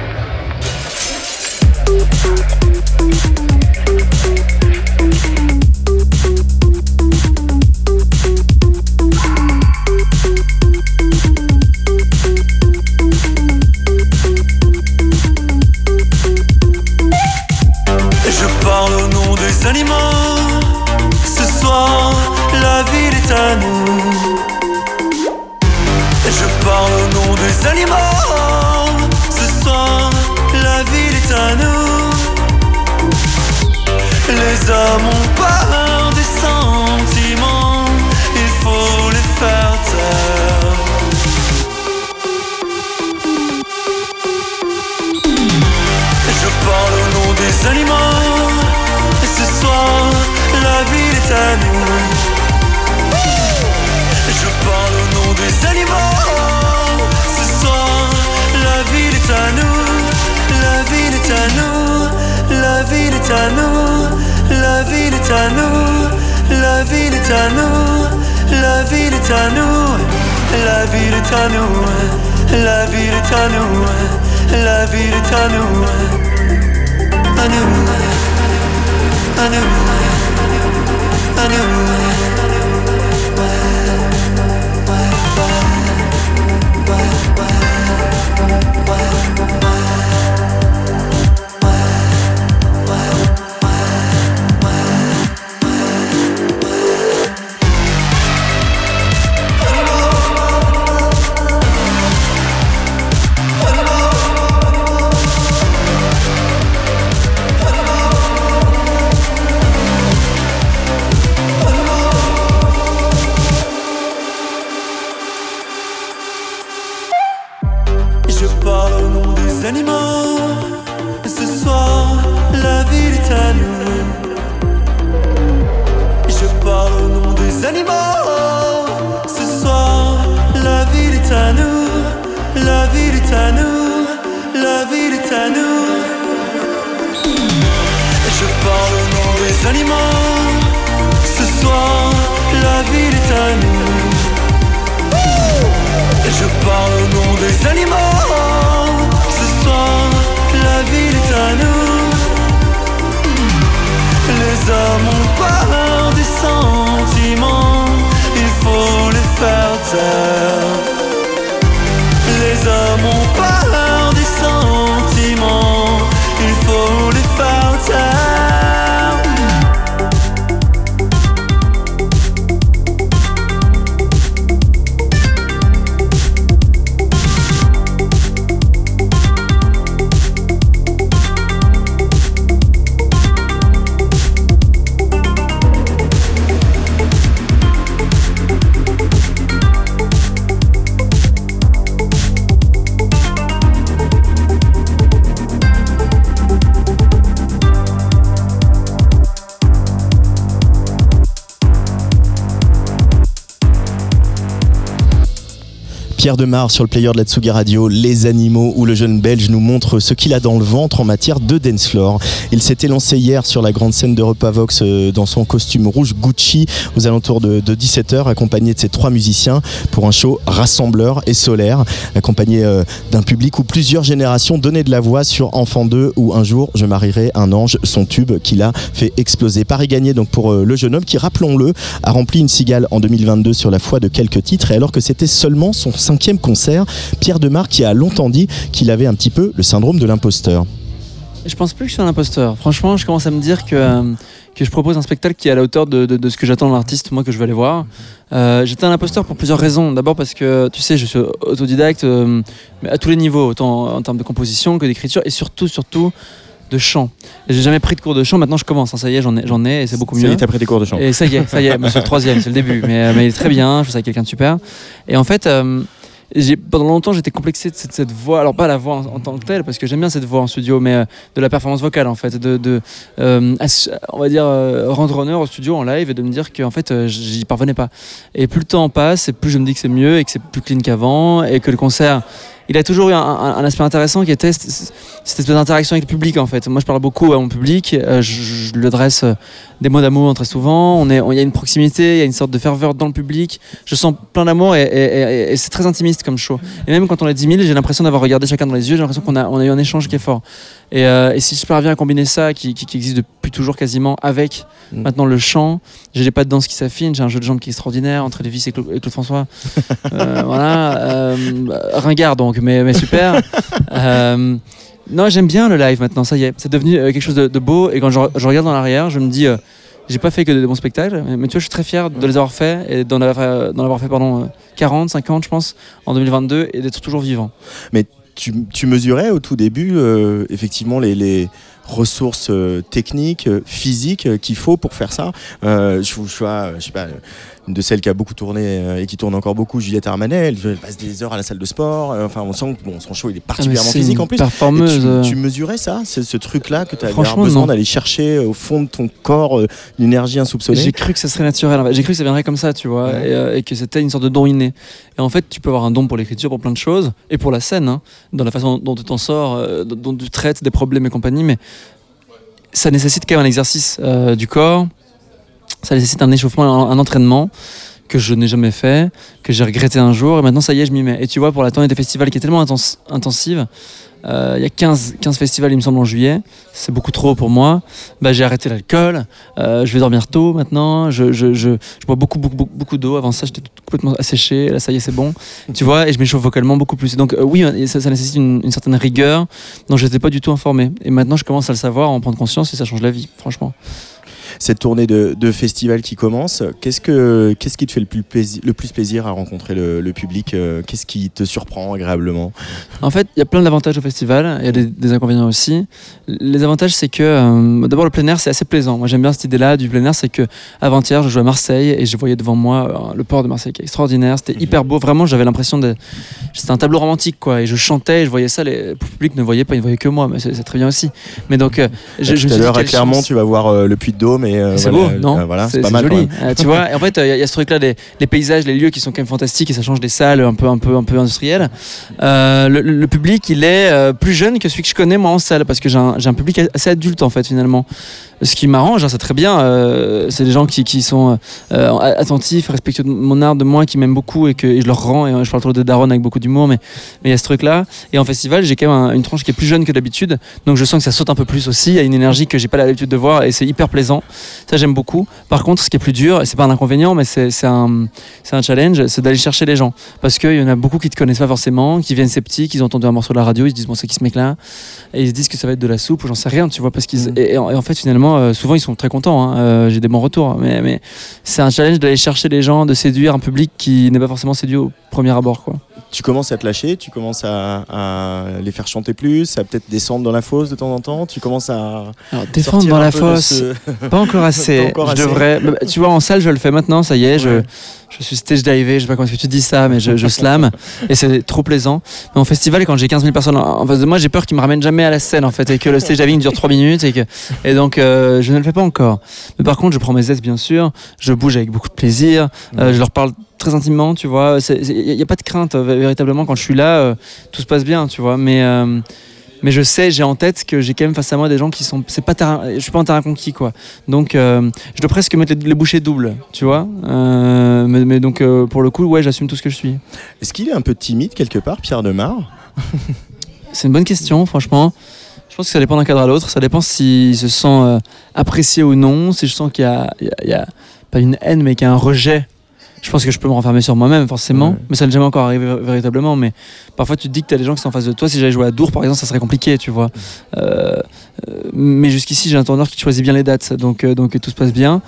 Les hommes ont peur des sentiments, il faut les faire taire. Je parle au nom des aliments, et ce soir la ville est à nous. Je parle au nom des aliments, ce soir la ville est à nous. La ville est à nous, la ville est à nous. La ville est à nous, la ville est à nous, la ville est à nous, la ville est à nous, la ville est à nous, la ville est à nous, à nous, à nous, à nous. Oh, animaux. Ce soir, la ville est à nous. Je parle au nom des animaux. Ce soir, la ville est à nous. Les hommes ont peur des sentiments, il faut les faire taire. Les hommes ont peur des sentiments, il faut les faire taire. Pierre Demar sur le player de la Tsugi Radio, Les Animaux, où le jeune Belge nous montre ce qu'il a dans le ventre en matière de dance floor. Il s'était lancé hier sur la grande scène d'Europavox dans son costume rouge Gucci aux alentours de, de dix-sept heures, accompagné de ses trois musiciens pour un show rassembleur et solaire, accompagné euh, d'un public où plusieurs générations donnaient de la voix sur Enfant deux ou Un jour je marierai un ange, son tube qu'il a fait exploser. Paris gagné donc pour euh, le jeune homme qui, rappelons-le, a rempli une cigale en deux mille vingt-deux sur la foi de quelques titres, et alors que c'était seulement son cinquième concert, Pierre Demar qui a longtemps dit qu'il avait un petit peu le syndrome de l'imposteur. Je pense plus que je suis un imposteur. Franchement, je commence à me dire que, euh, que je propose un spectacle qui est à la hauteur de, de, de ce que j'attends de l'artiste, moi, que je vais aller voir. Euh, j'étais un imposteur pour plusieurs raisons. D'abord parce que, tu sais, je suis autodidacte euh, mais à tous les niveaux, autant en termes de composition que d'écriture, et surtout, surtout, de chant. Et j'ai jamais pris de cours de chant, maintenant je commence, hein, ça y est, j'en ai, j'en ai et c'est beaucoup mieux. Ça y est, t'as pris des cours de chant. Et ça y est, ça y est, c'est le troisième, c'est le début, mais, mais il est très bien, je fais ça avec quelqu'un de super. Et en fait, euh, j'ai, pendant longtemps j'étais complexé de cette, cette voix, alors pas la voix en, en tant que telle, parce que j'aime bien cette voix en studio, mais euh, de la performance vocale en fait, de, de euh, ass- on va dire euh, rendre honneur au studio en live et de me dire qu'en fait euh, j'y parvenais pas. Et plus le temps passe, et plus je me dis que c'est mieux et que c'est plus clean qu'avant et que le concert, il a toujours eu un, un, un aspect intéressant qui était cette, cette espèce d'interaction avec le public en fait. Moi je parle beaucoup à mon public, euh, je, je lui adresse euh, des mots d'amour très souvent, on est, il y a une proximité, il y a une sorte de ferveur dans le public, je sens plein d'amour et, et, et, et c'est très intimiste comme show. Et même quand on est dix mille, j'ai l'impression d'avoir regardé chacun dans les yeux, j'ai l'impression qu'on a, on a eu un échange qui est fort. Et, euh, et si je parviens à combiner ça, qui, qui, qui existe depuis toujours quasiment, avec mmh. maintenant le chant, j'ai les pas de danse qui s'affinent, j'ai un jeu de jambes qui est extraordinaire entre Lévis et Claude, et Claude François. euh, voilà, euh, ringard donc, mais, mais super. euh, non, j'aime bien le live maintenant, ça y est, c'est devenu quelque chose de, de beau. Et quand je, je regarde dans l'arrière, je me dis, euh, j'ai pas fait que de bons spectacles, mais tu vois, je suis très fier de les avoir faits et d'en avoir, d'en avoir fait pardon, quarante, cinquante, je pense, en deux mille vingt-deux, et d'être toujours vivant. Mais tu, tu mesurais au tout début, euh, effectivement, les, les ressources euh, techniques, euh, physiques euh, qu'il faut pour faire ça. Euh, je, je vois, je sais pas, une de celles qui a beaucoup tourné euh, et qui tourne encore beaucoup, Juliette Armanet, elle, elle passe des heures à la salle de sport. Euh, enfin, on sent que bon, son show il est particulièrement ah physique en plus. Performeuse. Tu, tu mesurais ça, c'est ce truc-là que tu avais besoin non. d'aller chercher au fond de ton corps euh, une énergie insoupçonnée. J'ai cru que ça serait naturel. J'ai cru que ça viendrait comme ça, tu vois, ouais. et, euh, et que c'était une sorte de don inné. Et en fait, tu peux avoir un don pour l'écriture, pour plein de choses, et pour la scène, hein, dans la façon dont tu t'en sors, euh, dont tu traites des problèmes et compagnie, mais ça nécessite quand même un exercice euh, du corps, ça nécessite un échauffement, un, un entraînement que je n'ai jamais fait, que j'ai regretté un jour, et maintenant ça y est, je m'y mets. Et tu vois, pour la tournée des festivals qui est tellement intense, intensive, il euh, y a quinze, quinze festivals, il me semble, en juillet, c'est beaucoup trop pour moi. Bah, j'ai arrêté l'alcool, euh, je vais dormir tôt maintenant, je, je, je, je bois beaucoup, beaucoup, beaucoup, beaucoup d'eau. Avant ça, j'étais complètement asséché, là ça y est, c'est bon. Tu vois, et je m'échauffe vocalement beaucoup plus. Et donc, euh, oui, ça, ça nécessite une, une certaine rigueur dont je n'étais pas du tout informé. Et maintenant, je commence à le savoir, à en prendre conscience, et ça change la vie, franchement. Cette tournée de, de festival qui commence, qu'est-ce, que, qu'est-ce qui te fait le plus plaisir, le plus plaisir à rencontrer le, le public ? Qu'est-ce qui te surprend agréablement ? En fait, il y a plein d'avantages au festival, il y a des, des inconvénients aussi. Les avantages, c'est que euh, d'abord le plein air, c'est assez plaisant. Moi, j'aime bien cette idée-là du plein air, c'est que avant-hier, je jouais à Marseille et je voyais devant moi euh, le port de Marseille qui est extraordinaire. C'était mmh. hyper beau. Vraiment, j'avais l'impression de, c'était un tableau romantique, quoi. Et je chantais, et je voyais ça. Les, le public ne voyait pas, il ne voyait que moi, mais c'est, c'est très bien aussi. Mais donc, euh, je, je tout à l'heure à Clermont, tu vas voir euh, le Puy de Dôme. mais euh, c'est voilà, beau, non euh, voilà, c'est, c'est pas c'est mal. joli. quand même. Euh, tu vois, et en fait, il y, y a ce truc-là, les, les paysages, les lieux qui sont quand même fantastiques et ça change des salles un peu, un peu, un peu industrielles. Euh, le, le public, il est euh, plus jeune que celui que je connais moi en salle parce que j'ai un, j'ai un public assez adulte en fait finalement. Ce qui m'arrange, hein, c'est très bien. Euh, c'est des gens qui, qui sont euh, attentifs, respectueux de mon art, de moi, qui m'aiment beaucoup et que et je leur rends. Et euh, je parle toujours de Daron avec beaucoup d'humour, mais mais il y a ce truc-là. Et en festival, j'ai quand même un, une tranche qui est plus jeune que d'habitude, donc je sens que ça saute un peu plus aussi. Il y a une énergie que j'ai pas l'habitude de voir et c'est hyper plaisant. Ça, j'aime beaucoup. Par contre, ce qui est plus dur, et c'est pas un inconvénient, mais c'est, c'est un c'est un challenge, c'est d'aller chercher les gens parce qu'il y en a beaucoup qui te connaissent pas forcément, qui viennent sceptiques, ils ont entendu un morceau de la radio, ils se disent bon c'est qui ce mec-là, et ils se disent que ça va être de la soupe ou j'en sais rien, tu vois, parce qu'ils mmh. et, et, en, et en fait finalement Euh, souvent ils sont très contents, hein. euh, j'ai des bons retours, mais, mais c'est un challenge d'aller chercher les gens, de séduire un public qui n'est pas forcément séduit au premier abord, quoi. Tu commences à te lâcher, tu commences à, à les faire chanter plus, à peut-être descendre dans la fosse de temps en temps, tu commences à... Alors, défendre dans la fosse, ce... pas encore assez, pas encore je assez. devrais... Tu vois, en salle je le fais maintenant, ça y est, je... Ouais. Je suis stage divé, je sais pas comment est-ce que tu dis ça, mais je, je slam et c'est trop plaisant. Mais en festival, quand j'ai quinze mille personnes en face de moi, j'ai peur qu'ils me ramènent jamais à la scène en fait et que le stage diving dure trois minutes et, que, et donc euh, je ne le fais pas encore. Mais par contre, je prends mes aises bien sûr, je bouge avec beaucoup de plaisir, euh, je leur parle très intimement, tu vois. Il n'y a pas de crainte euh, véritablement quand je suis là, euh, tout se passe bien, tu vois. Mais euh, mais je sais, j'ai en tête que j'ai quand même face à moi des gens qui sont, c'est pas terrain, je suis pas un terrain conquis quoi. Donc euh, je dois presque mettre les, les bouchées doubles, tu vois. Euh, mais, mais donc euh, pour le coup, ouais, j'assume tout ce que je suis. Est-ce qu'il est un peu timide quelque part, Pierre Demar ? C'est une bonne question, franchement. Je pense que ça dépend d'un cadre à l'autre. Ça dépend s'il se sent euh, apprécié ou non. Si je sens qu'il y a, il y a, il y a pas une haine, mais qu'il y a un rejet. Je pense que je peux me renfermer sur moi-même, forcément. Ouais. Mais ça n'est jamais encore arrivé véritablement. Mais parfois, tu te dis que tu as des gens qui sont en face de toi. Si j'allais jouer à Dour, par exemple, ça serait compliqué, tu vois. Euh, euh, mais jusqu'ici, j'ai un tourneur qui choisit bien les dates. Donc, euh, donc tout se passe bien.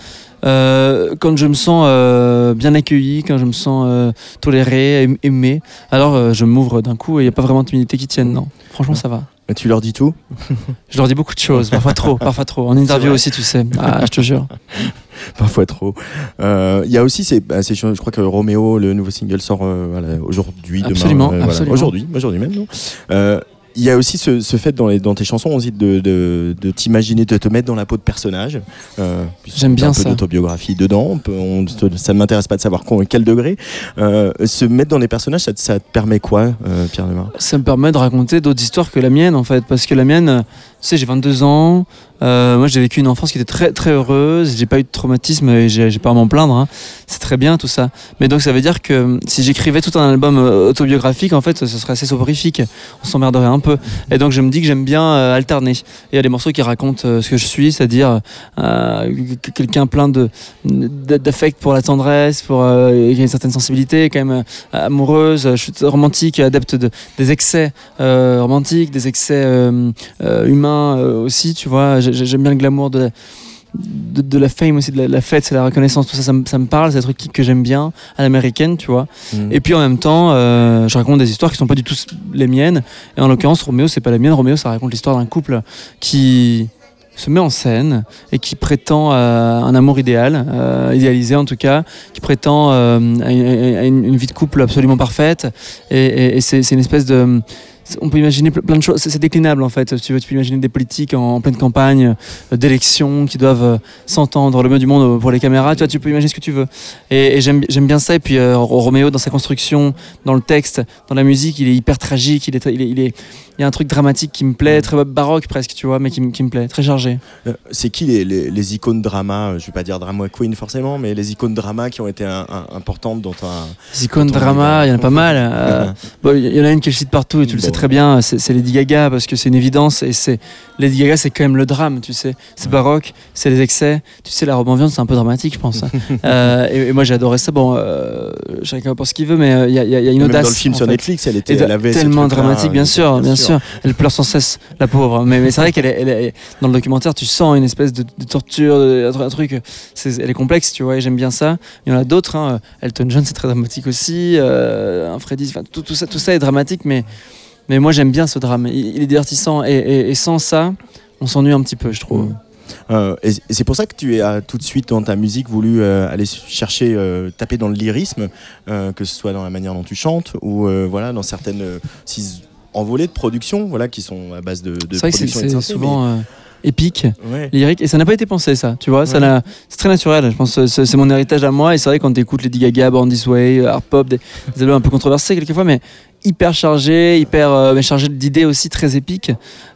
Euh, quand je me sens euh, bien accueilli, quand je me sens euh, toléré, aimé, alors euh, je m'ouvre d'un coup et il n'y a pas vraiment de timidité qui tienne. Non, franchement, ça va. Et tu leur dis tout ? Je leur dis beaucoup de choses, parfois trop, parfois trop. En interview aussi, tu sais. Ah, je te jure. Parfois trop. Il euh, y a aussi, c'est, bah, c'est, je crois que Roméo, le nouveau single sort euh, voilà, aujourd'hui, demain. Absolument, euh, absolument. Voilà, aujourd'hui, aujourd'hui même, non euh, il y a aussi ce, ce fait dans, les, dans tes chansons aussi de, de, de t'imaginer, de te mettre dans la peau de personnage. Euh, J'aime bien un ça. peu d'autobiographie dedans. On peut, on, ça ne m'intéresse pas de savoir quel degré. Euh, se mettre dans des personnages, ça, ça te permet quoi, euh, Pierre Demar ? Ça me permet de raconter d'autres histoires que la mienne, en fait. Parce que la mienne, tu sais, j'ai vingt-deux ans. Euh, moi, j'ai vécu une enfance qui était très, très heureuse. J'ai pas eu de traumatisme et j'ai, j'ai pas à m'en plaindre. Hein. C'est très bien tout ça. Mais donc, ça veut dire que si j'écrivais tout un album autobiographique, en fait, ce serait assez soporifique. On s'emmerderait un peu. Et donc, je me dis que j'aime bien euh, alterner. Et il y a des morceaux qui racontent euh, ce que je suis, c'est-à-dire euh, quelqu'un plein de, d'affect pour la tendresse, pour euh, qui a une certaine sensibilité, quand même euh, amoureuse. Je suis romantique, adepte de, des excès euh, romantiques, des excès euh, euh, humains euh, aussi, tu vois. J'aime bien le glamour de la, de, de la fame aussi, de la, la fête, c'est la reconnaissance, tout ça, ça me, ça me parle, c'est des trucs que j'aime bien, à l'américaine, tu vois. Mmh. Et puis en même temps, euh, je raconte des histoires qui sont pas du tout les miennes. Et en l'occurrence, Roméo, c'est pas la mienne. Roméo, ça raconte l'histoire d'un couple qui se met en scène et qui prétend à un amour idéal, euh, idéalisé en tout cas, qui prétend euh, à, une, à une, une vie de couple absolument parfaite. Et, et, et c'est, c'est une espèce de... On peut imaginer plein de choses, c'est déclinable en fait. Tu, veux, tu peux imaginer des politiques en, en pleine campagne euh, d'élections qui doivent euh, s'entendre le mieux du monde pour les caméras. Tu vois, tu peux imaginer ce que tu veux. Et, et j'aime, j'aime bien ça. Et puis euh, Roméo, dans sa construction, dans le texte, dans la musique, il est hyper tragique. Il est, il est, il est, il y a un truc dramatique qui me plaît, très baroque presque, tu vois, mais qui, qui me plaît, très chargé. Euh, c'est qui les, les, les icônes drama, je vais pas dire drama queen forcément, mais les icônes drama qui ont été un, un, importantes dans ta... Les icônes drama, il y en a pas mal. Euh, bon, il y en a une que je cite partout et tu bon. le sais très bien, c'est, c'est Lady Gaga, parce que c'est une évidence. Et c'est, Lady Gaga, c'est quand même le drame, tu sais. C'est baroque, c'est les excès. Tu sais, la robe en viande, c'est un peu dramatique, je pense. euh, et, et moi, j'ai adoré ça. Bon, euh, chacun pense ce qu'il veut, mais il euh, y, y, y a une même audace. Dans le film sur fait. Netflix, elle était, et elle avait tellement dramatique, bien sûr, bien, bien sûr. sûr. Elle pleure sans cesse, la pauvre. Mais, mais c'est vrai qu'elle est, elle est, dans le documentaire, tu sens une espèce de, de torture, de, un truc. C'est, elle est complexe, tu vois, et j'aime bien ça. Il y en a d'autres. Hein. Elton John, c'est très dramatique aussi. Euh, un Freddy, tout, tout ça, tout ça est dramatique, mais mais moi j'aime bien ce drame. Il, il est divertissant, et, et, et sans ça, on s'ennuie un petit peu, je trouve. Mmh. Euh, et, et c'est pour ça que tu as tout de suite dans ta musique voulu euh, aller chercher, euh, taper dans le lyrisme, euh, que ce soit dans la manière dont tu chantes ou euh, voilà, dans certaines euh, envolées de production, voilà, qui sont à base de, de c'est vrai production que c'est, et de c'est souvent. mais... Euh... épique, Ouais. lyrique, et ça n'a pas été pensé ça, tu vois, ça Ouais. n'a- c'est très naturel, je pense que c'est, c'est mon héritage à moi, et c'est vrai quand t'écoutes Lady Gaga, Born This Way, Art Pop, des, des albums un peu controversés quelquefois, mais hyper chargé, hyper euh, mais chargé d'idées aussi très épiques.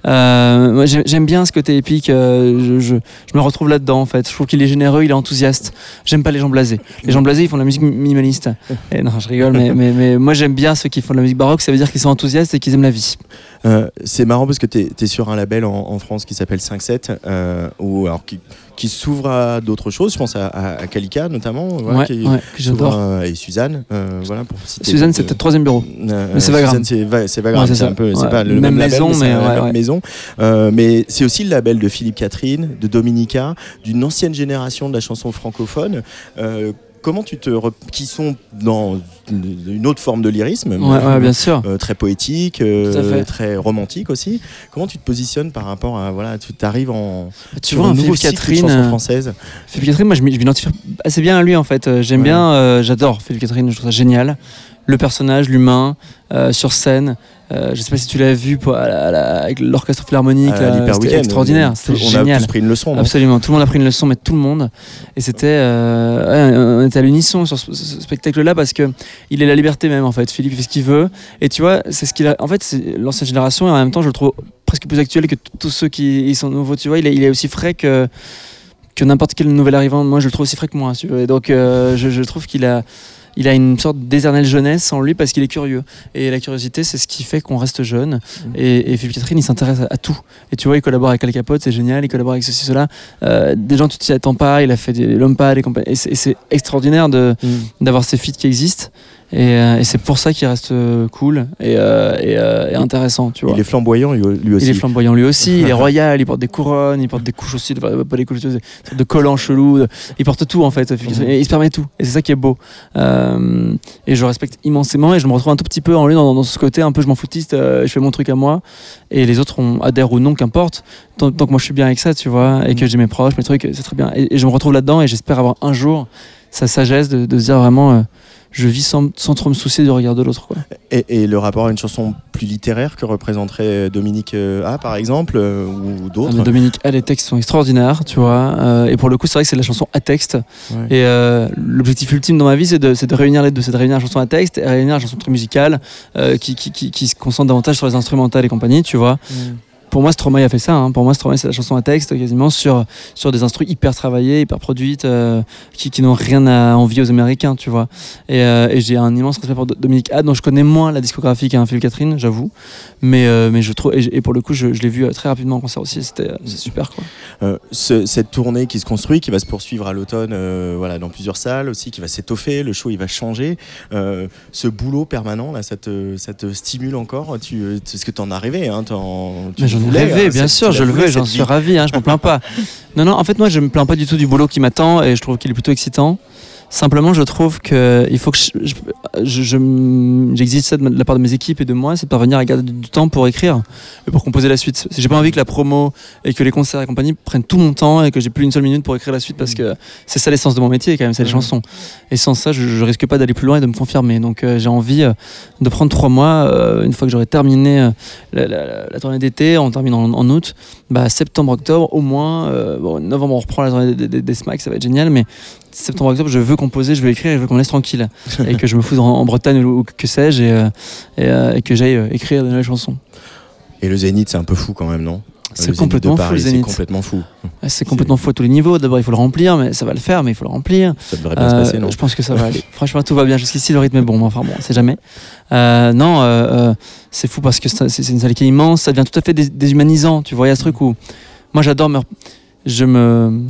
Euh, moi j'aime, j'aime bien ce côté épique, euh, je, je, je me retrouve là-dedans en fait. Je trouve qu'il est généreux, il est enthousiaste. J'aime pas les gens blasés. Les gens blasés ils font de la musique mi- minimaliste. Et non, je rigole, mais, mais, mais moi j'aime bien ceux qui font de la musique baroque, ça veut dire qu'ils sont enthousiastes et qu'ils aiment la vie. Euh, c'est marrant parce que tu es sur un label en, en France qui s'appelle cinq sept, euh, ou alors qui, qui s'ouvre à d'autres choses. Je pense à, à, à Kalika notamment, voilà, Ouais, qui ouais, que s'ouvre j'adore. à- et Suzanne, euh, voilà pour citer. Suzanne, c'est peut-être troisième bureau. Euh, Mais c'est Vagram. Suzanne, c'est Va- c'est Vagram, Ouais, c'est c'est ça. un peu, c'est Ouais. pas le Même même, maison, label, c'est mais la ouais, même ouais. maison. Euh, mais c'est aussi le label de Philippe Catherine, de Dominica, d'une ancienne génération de la chanson francophone. Euh, Comment tu te re- qui sont dans une autre forme de lyrisme, Ouais, ouais, bien sûr. euh, très poétique, euh, Tout à fait. très romantique aussi. Comment tu te positionnes par rapport à voilà, tu arrives en Tu sur vois, un un nouveau Philippe cycle de Catherine, chansons euh, françaises. Philippe Catherine, moi je m'y- je m'identifie assez bien à lui en fait. Euh, J'aime Ouais. bien, euh, j'adore Philippe Catherine, je trouve ça génial. Le personnage, l'humain, euh, sur scène. Euh, je sais pas si tu l'as vu pour, à la- à la- avec l'orchestre philharmonique, À là, l'Hyper c'était Weekend, extraordinaire, on- c'était on a génial. tous pris une leçon, non Absolument, tout le monde a pris une leçon, mais tout le monde. Et c'était, euh, ouais, on était à l'unisson sur ce, ce spectacle-là parce que il est la liberté même en fait. Philippe il fait ce qu'il veut. Et tu vois, c'est ce qu'il a. En fait, c'est l'ancienne génération et en même temps, je le trouve presque plus actuel que t- tous ceux qui ils sont nouveaux. Tu vois, il est, il est aussi frais que que n'importe quel nouvel arrivant. Moi, je le trouve aussi frais que moi. Si tu veux. Et donc, euh, je, je trouve qu'il a il a une sorte d'éternelle jeunesse en lui parce qu'il est curieux. Et la curiosité, c'est ce qui fait qu'on reste jeune. Et, et Philippe Catherine, il s'intéresse à, à tout. Et tu vois, il collabore avec Al Capote, c'est génial. Il collabore avec ceci, cela. Euh, des gens, tu t'y attends pas. Il a fait des L'Homme Pâle et compagnie. Et c'est, et c'est extraordinaire de, Mm. d'avoir ces feats qui existent. Et, euh, et c'est pour ça qu'il reste euh, cool et, euh, et, euh, et intéressant. Tu vois. Il est flamboyant lui, lui aussi. Il est flamboyant lui aussi, il est royal, il porte des couronnes, il porte des couches aussi, enfin, pas des couches, des sortes de collants chelous, de- il porte tout en fait, et il se permet tout, et c'est ça qui est beau. Euh, et je le respecte immensément, et je me retrouve un tout petit peu en lui dans, dans ce côté un peu je m'en foutiste, euh, je fais mon truc à moi, et les autres on adhèrent ou non, qu'importe, tant, tant que moi je suis bien avec ça, tu vois, et que j'ai mes proches, mes trucs, c'est très bien. Et, et je me retrouve là-dedans, et j'espère avoir un jour sa sagesse de, de se dire vraiment. Euh, je vis sans, sans trop me soucier du regard de l'autre. Quoi. Et, et le rapport à une chanson plus littéraire que représenterait Dominique euh, A, par exemple, euh, ou d'autres. Ah, mais Dominique A, les textes sont extraordinaires, tu vois. Euh, et pour le coup, c'est vrai que c'est de la chanson à texte. Ouais. Et euh, l'objectif ultime dans ma vie, c'est de, c'est de réunir les deux. C'est de réunir la chanson à texte et réunir la chanson très musicale euh, qui, qui, qui, qui se concentre davantage sur les instrumentales et compagnie, tu vois. Mm. Pour moi, Stromae a fait ça. Hein. Pour moi, Stromae, c'est la chanson à texte quasiment sur, sur des instrus hyper travaillés, hyper produites, euh, qui, qui n'ont rien à envier aux Américains, tu vois. Et, euh, et j'ai un immense respect pour Dominique A, dont je connais moins la discographie qu'un Philippe Catherine, j'avoue. Mais, euh, mais je trouve, et, et pour le coup, je, je l'ai vu très rapidement en concert aussi. C'était euh, c'est super, quoi. Euh, ce- cette tournée qui se construit, qui va se poursuivre à l'automne, euh, voilà, dans plusieurs salles aussi, qui va s'étoffer, le show il va changer. Euh, ce boulot permanent, là, ça te, ça te stimule encore. Tu, est-ce que tu en as rêvé hein, t'en, tu Mais j'en ai voulais, rêvé, hein, bien cette- sûr, tu je la le voulais, veux, j'en cette suis vie. ravi, hein, je m'en plains pas. Non, non, en fait, moi, je me plains pas du tout du boulot qui m'attend et je trouve qu'il est plutôt excitant. Simplement, je trouve que il faut que je, je, je- je- j'exige ça de, ma- de la part de mes équipes et de moi, c'est de parvenir à garder du, du temps pour écrire et pour composer la suite. J'ai pas envie que la promo et que les concerts et compagnie prennent tout mon temps et que j'ai plus une seule minute pour écrire la suite parce que c'est ça l'essence de mon métier quand même, c'est les chansons. Et sans ça, je, je risque pas d'aller plus loin et de me confirmer. Donc euh, j'ai envie euh, de prendre trois mois euh, une fois que j'aurai terminé euh, la, la- la tournée d'été, on termine en, en août, bah septembre, octobre au moins. Euh, bon, novembre on reprend la tournée des, des, des Smacks, ça va être génial, mais septembre, octobre, je veux composer, je veux écrire et je veux qu'on me laisse tranquille. Et que je me foute en, en Bretagne ou, ou que sais-je et, euh, et, euh, et que j'aille euh, écrire de nouvelles chansons. Et le Zénith, c'est un peu fou quand même, non? C'est Le Zénith complètement de fou, Paris, le Zénith. C'est complètement fou. Ouais, c'est complètement fou à tous les niveaux. D'abord, il faut le remplir, mais ça va le faire, mais il faut le remplir. Ça devrait bien se passer, non? Je pense que ça va aller. Franchement, tout va bien. Jusqu'ici, le rythme est bon. Mais enfin bon, on sait jamais. Euh, non, euh, euh, c'est fou parce que c'est, c'est une salle qui est immense. Ça devient tout à fait dés- déshumanisant. Tu vois, il y a ce truc où moi, j'adore me... Je me...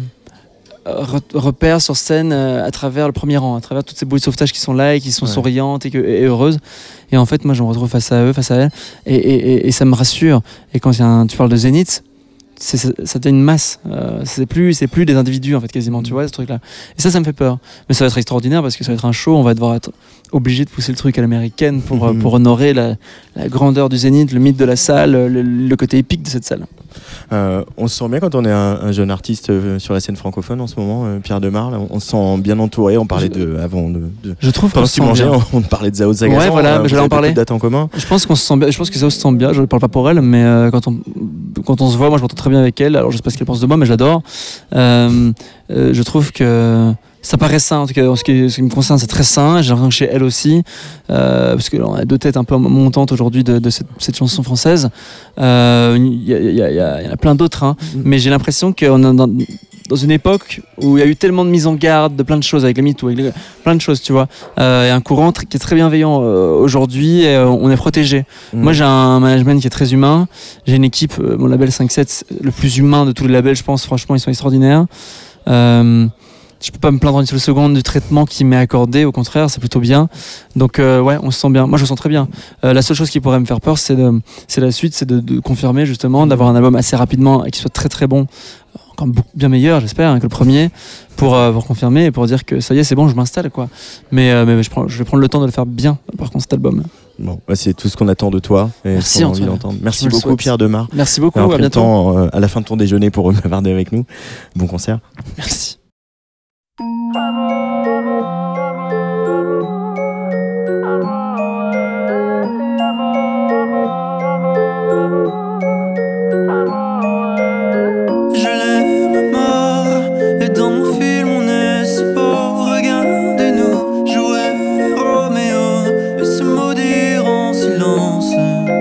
re- repère sur scène euh, à travers le premier rang, à travers toutes ces bouées de sauvetage qui sont là et qui sont Ouais. souriantes et, que, et heureuses. Et en fait, moi, je me retrouve face à eux, face à elles, et, et, et, et ça me rassure. Et quand il y a un, tu parles de Zénith, c'est, ça, ça devient une masse. Euh, c'est plus, c'est plus des individus en fait quasiment. Tu vois ce truc-là. Et ça, ça me fait peur. Mais ça va être extraordinaire parce que ça va être un show. On va devoir être obligé de pousser le truc à l'américaine pour, euh, pour honorer la, la grandeur du Zénith, le mythe de la salle, le, le côté épique de cette salle. Euh, on se sent bien quand on est un, un jeune artiste euh, sur la scène francophone en ce moment, euh, Pierre Demar. Là, on se sent bien entouré. On parlait de avant de. de Je trouve pendant qu'on que tu se sent mangeais, bien. on, on parlait de Zao Zagazan. Ouais, voilà, euh, mais vous j'allais en avez beaucoup parler. de dates en commun. Je pense qu'on se sent bien. Je pense que ça se sent bien. Je ne parle pas pour elle, mais euh, quand on quand on se voit, moi je m'entends très bien avec elle. Alors je sais pas ce qu'elle pense de moi, mais j'adore. Euh, euh, je trouve que ça paraît sain, en tout cas en ce qui, ce qui me concerne, c'est très sain. J'ai l'impression que chez elle aussi, euh, parce qu'on a deux têtes un peu montantes aujourd'hui de, de cette, cette chanson française. Il euh, y, y, y, y, y en a plein d'autres, hein, mmh. mais j'ai l'impression qu'on est dans, dans une époque où il y a eu tellement de mise en garde de plein de choses avec les MeToo, avec les, plein de choses, tu vois. Euh, il y a un courant tr- qui est très bienveillant euh, aujourd'hui et euh, on est protégé. Mmh. Moi, j'ai un management qui est très humain. J'ai une équipe, euh, mon label cinq sept, le plus humain de tous les labels, je pense. Franchement, ils sont extraordinaires. Euh, Je peux pas me plaindre une seule seconde du traitement qui m'est accordé, au contraire, c'est plutôt bien. Donc euh, ouais, on se sent bien. Moi, je me sens très bien. Euh, la seule chose qui pourrait me faire peur, c'est, de, c'est la suite, c'est de, de confirmer justement, d'avoir un album assez rapidement et qui soit très très bon, encore beaucoup bien meilleur, j'espère, hein, que le premier, pour, euh, pour confirmer et pour dire que ça y est, c'est bon, je m'installe, quoi. Mais, euh, mais je, prends, je vais prendre le temps de le faire bien, par contre, cet album. Bon, bah c'est tout ce qu'on attend de toi. Et Merci, ce qu'on a envie d'entendre. Merci beaucoup, souhaite. Pierre Demar. Merci beaucoup, à bientôt. Temps, euh, à la fin de ton déjeuner pour bavarder avec nous. Bon concert. Merci. Je l'aime mort et dans mon film on est si beau. Regardez-nous jouer les Roméo et se maudire en silence.